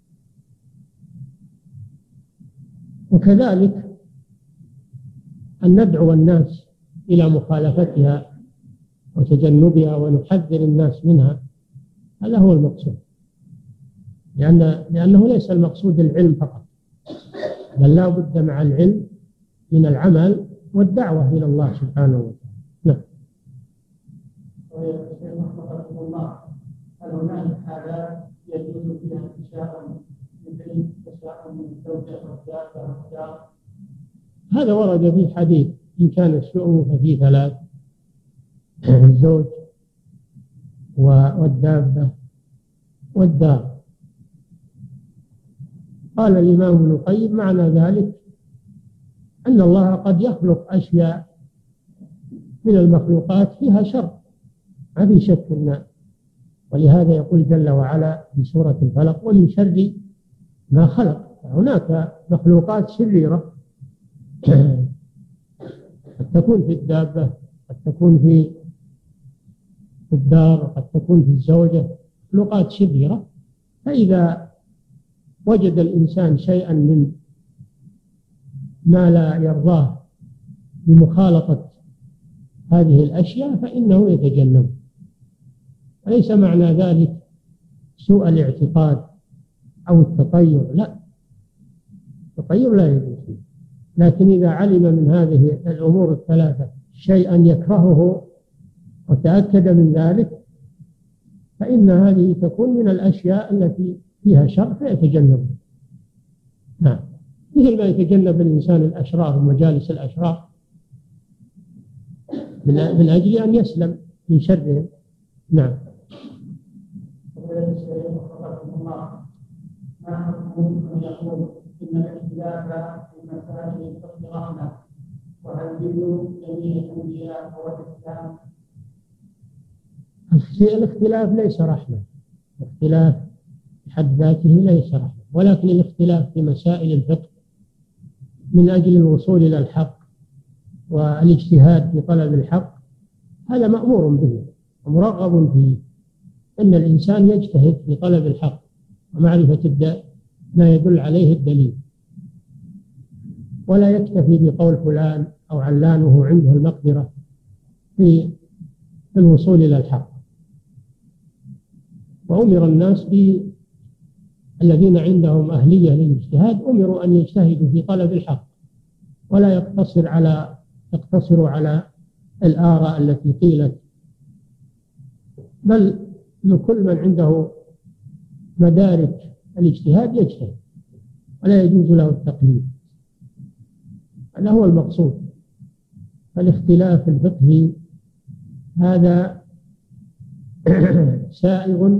وكذلك أن ندعو الناس إلى مخالفتها وتجنبها ونحذر الناس منها. هذا هو المقصود، لأن لأنه ليس المقصود العلم فقط، بل لا بد مع العلم من العمل والدعوة إلى الله سبحانه وتعالى. نعم. ويقول الله: هل هناك حالات يجوز فيها التشاؤم مثل التشاؤم من الزوجة والدابة والدار؟ هذا ورد في حديث: إن كان الشؤم ففي ثلاث: الزوج والدابة والدار. قال الإمام ابن القيم: معنى ذلك أن الله قد يخلق أشياء من المخلوقات فيها شر، ما في شك إن، ولهذا يقول جل وعلا في سورة الفلق: ومن شر ما خلق. هناك مخلوقات شريرة قد تكون في الدابة، قد تكون في الدار، قد تكون في الزوجة، مخلوقات شريرة. فإذا وجد الإنسان شيئا من ما لا يرضاه بمخالطة هذه الأشياء فإنه يتجنب. وليس معنى ذلك سوء الاعتقاد أو التطير، لا، التطير لا يجوز، لكن إذا علم من هذه الأمور الثلاثة شيئا يكرهه وتأكد من ذلك فإن هذه تكون من الأشياء التي فيها شر فيتجنب. نعم، مثل ما يتجنب الإنسان الأشرار ومجالس الأشرار من أجل أن يسلم من شرهم. نعم. ما حكم من يقول إن الاختلاف في مسائل الفقه رحمة، وهل دين جميع الأنبياء هو الإسلام؟ الاختلاف ليس رحمة، الاختلاف بحد ذاته ليس رحمة، ولكن الاختلاف في مسائل الفقه من أجل الوصول إلى الحق والاجتهاد في طلب الحق هذا مأمور به ومرغب فيه، أن الإنسان يجتهد في طلب الحق ومعرفة ما يدل عليه الدليل، ولا يكتفي بقول فلان أو علانه عنده المقدرة في الوصول إلى الحق. وأمر الناس الذين عندهم أهلية للاجتهاد أمروا أن يجتهدوا في طلب الحق، ولا يقتصر على يقتصروا على الآراء التي قيلت، بل لكل من عنده مدارك الاجتهاد يجتهد ولا يجوز له التقليد. هذا هو المقصود. فالاختلاف الفقهي هذا سائغ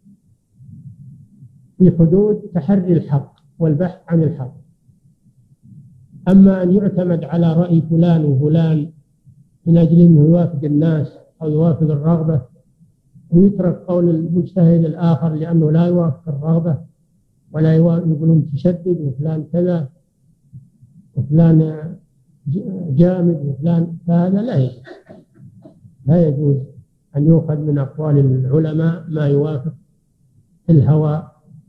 في حدود تحري الحق والبحث عن الحق. أما أن يعتمد على رأي فلان وفلان من أجل أنه يوافق الناس أو يوافق الرغبة، ويترك قول المجتهد الآخر لأنه لا يوافق الرغبة ولا يقولون متشدد وفلان كذا وفلان جامد وفلان، فهذا لا يجوز. لا يجوز أن يؤخذ من أقوال العلماء ما يوافق الهوى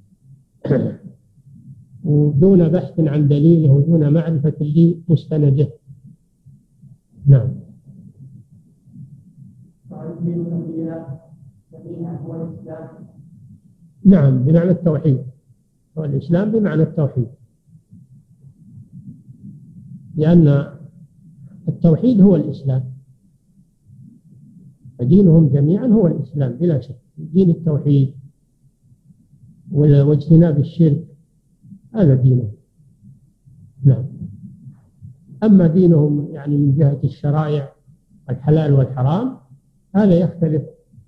ودون بحث عن دليله ودون معرفة لمستنده. نعم. نعم، بمعنى التوحيد، هو الإسلام بمعنى التوحيد، لأن التوحيد هو الإسلام، فدينهم جميعا هو الإسلام بلا شك، دين التوحيد واجتناب الشرك هذا دينهم. نعم. أما دينهم يعني من جهة الشرائع والحلال والحرام هذا يختلف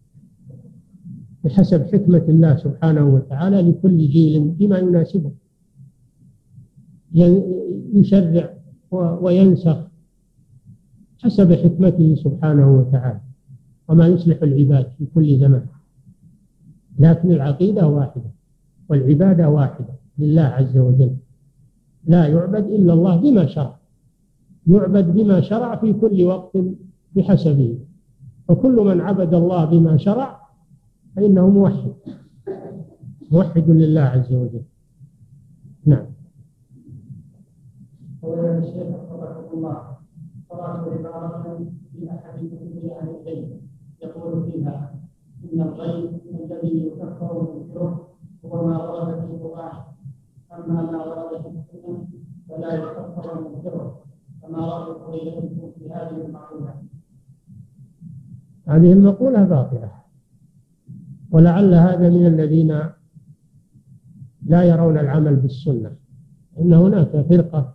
بحسب حكمة الله سبحانه وتعالى لكل جيل بما يناسبه، يشرع وينسخ حسب حكمته سبحانه وتعالى وما يصلح العباد في كل زمان، لكن العقيدة واحدة والعبادة واحدة لله عز وجل، لا يعبد إلا الله بما شرع، يعبد بما شرع في كل وقت بحسبه، وكل من عبد الله بما شرع فإنه موحد موحد لله عز وجل. نعم. قال الشيخ رحمه الله: قرأت عبارة في أحد كتب أهل العلم يقول فيها إن الغيب الذي يكفر منكره هو ما ورد في القرآن، أما ما ورد في السنة فلا يكفر منكره، فما رأيكم إليكم في هذه المقولة؟ هذه المقولة باطلة، ولعل هذا من الذين لا يرون العمل بالسنة، إن هناك فرقة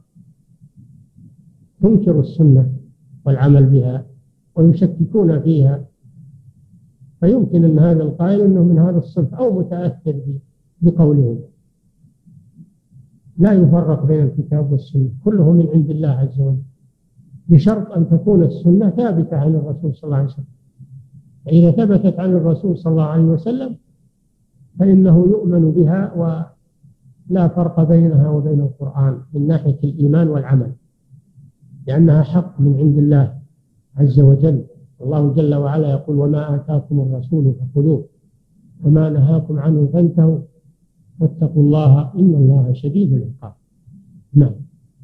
تنكر السنة والعمل بها ويشككون فيها، فيمكن أن هذا القائل أنه من هذا الصنف أو متأثر بقولهم. لا يفرق بين الكتاب والسنة، كله من عند الله عز وجل، بشرط أن تكون السنة ثابتة عن الرسول صلى الله عليه وسلم. فإذا ثبتت عن الرسول صلى الله عليه وسلم فإنه يؤمن بها ولا فرق بينها وبين القرآن من ناحية الإيمان والعمل، لأنها حق من عند الله عز وجل. الله جل وعلا يقول: وما آتاكم الرسول فخذوه وما نهاكم عنه فانتهوا واتقوا الله إن الله شديد العقاب. نعم.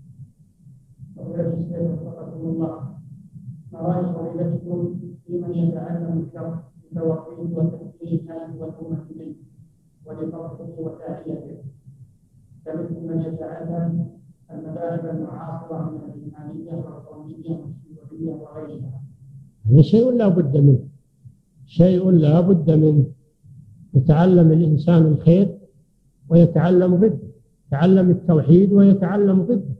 الله ما رأي فضيلتكم في من يتعلم الشرع بتوقيت وتسليم الناس والأمة منه ولفضله وتعليته، كمثل من يتعلم المذاهب المعاصرة من الإمامية والقومية والشيوعية وغيرها؟ هذا شيء لا بد منه، شيء لا بد منه. يتعلم الإنسان الخير ويتعلم ضده، يتعلم التوحيد ويتعلم ضده،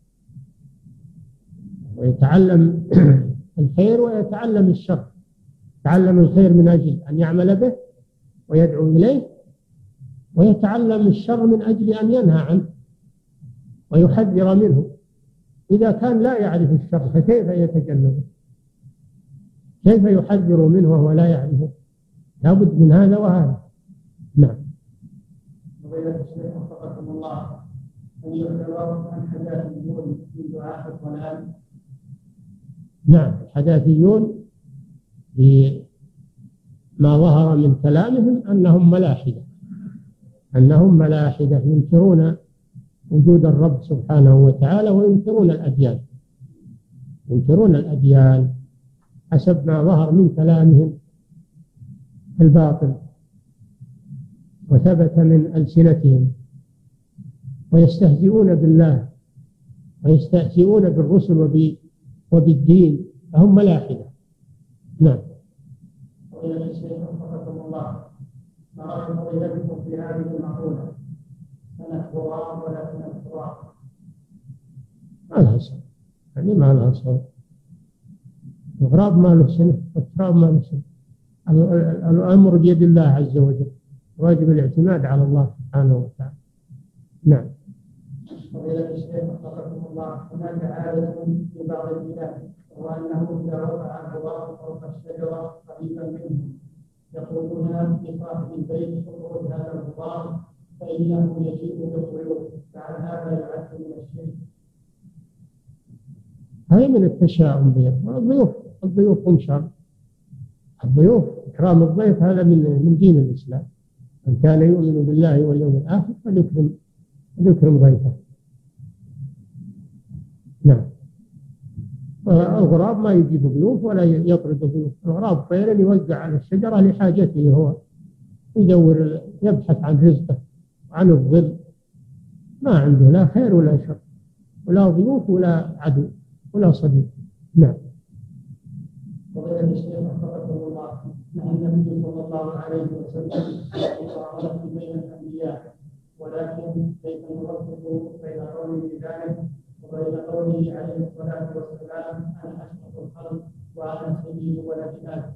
ويتعلم الخير ويتعلم الشر. يتعلم الخير من أجل أن يعمل به ويدعو إليه، ويتعلم الشر من أجل أن ينهى عنه ويحذر منه. إذا كان لا يعرف الشر فكيف يتجنبه؟ كيف يحذر منه وهو لا يعرفه؟ لا بد من هذا وهذا. نعم. فضيلة الشيخ وفقكم الله، أن يعتبر عن حداثيون من دعاة الضلال؟ نعم، الحداثيون بما ظهر من كلامهم أنهم ملاحدة، أنهم ملاحدة ينكرون وجود الرب سبحانه وتعالى وينكرون الأديان، ينكرون الأديان حسب ما ظهر من كلامهم الباطل وثبت من ألسنتهم، ويستهزئون بالله ويستهزئون بالرسل وبالدين، فهم ملاحدة. نعم. فضيلة الشيخ وفقكم الله، ما رأي فضيلتكم في هذه المقولة: سنة غراب ولا سنة تراب؟ ما لها صوت، يعني ما لها صوت. الغراب ما له سنة والتراب ما له سنة. الأمر بيد الله عز وجل، واجب الاعتماد على الله سبحانه وتعالى. نعم. فضيلة الشيخ وفقكم الله، هناك عادة في بعض البلاد وهو أنه إذا وقع الغبار فوق الشجرة قريبا منهم يقولون لصاحب البيت: اخرج هذا الغبار فإنه يجيء بالضيوف، فهل هذا يعد من الشرك؟ هذا من التشاؤم بهم. الضيوف الضيوف هم شر، الضيوف إكرام الضيف هذا من من دين الإسلام. من كان يؤمن بالله واليوم الآخر فليكرم فليكرم ضيفه. نعم. الغراب ما يجيب ضيوف ولا يطرد ضيوف، الغراب طير يوزع على الشجرة لحاجته، هو يدور يبحث عن رزقه وعن الظل، ما عنده لا خير ولا شر ولا ضيوف ولا عدو ولا صديق. نعم. فضيلة الشيخ وفقكم الله، نهى النبي صلى الله عليه وسلم عن المقارنة بين الأنبياء، ولكن كيف نوفق بين قوله بذلك وبين قوله عليه الصلاة والسلام: أنا أشرف الخلق وأنا سيد ولد آدم؟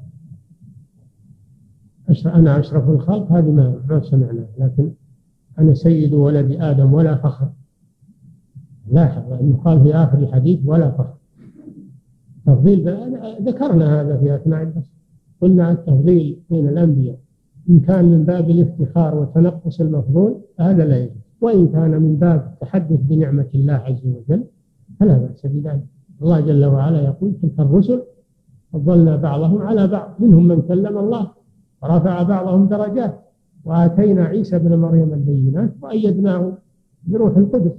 أنا أشرف الخلق هذه ما ما سمعنا، لكن أنا سيد ولد آدم ولا فخر. لاحظ أنه قال في آخر الحديث ولا فخر، تفضيل. ذكرنا هذا في أثناء الدرس، قلنا التفضيل بين الأنبياء إن كان من باب الافتخار وتنقص المفضول هذا لا يجوز، وإن كان من باب التحدث بنعمة الله عز وجل فلا بأس بذلك. الله جل وعلا يقول: تلك الرسل فضلنا بعضهم على بعض، منهم من كلم الله ورفع بعضهم درجات، وآتينا عيسى بن مريم البينات وأيدناه بروح القدس.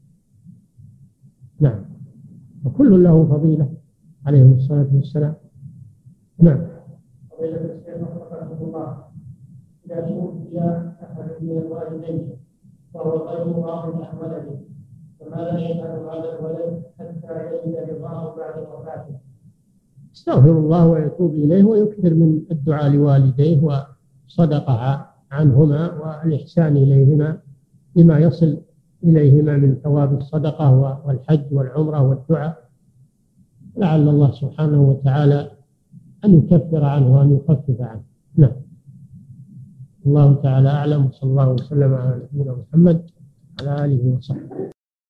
نعم. وكل له فضيلة عليه الصلاة والسلام. نعم. فضيلة الشيخ وفقكم الله، إذا توفي أحد من الوالدين وهو غير راض عن ولده، فماذا يفعل هذا الولد حتى يجد رضاه بعد وفاته؟ استغفر الله ويتوب إليه ويكثر من الدعاء لوالديه والصدقة عنهما والإحسان إليهما بما يصل إليهما من ثواب الصدقة والحج والعمرة والدعاء، لعل الله سبحانه وتعالى أن يكفر عنه وأن يخفف عنه. نعم. الله تعالى أعلم، صلى الله وسلم على نبينا محمد وعلى آله وصحبه.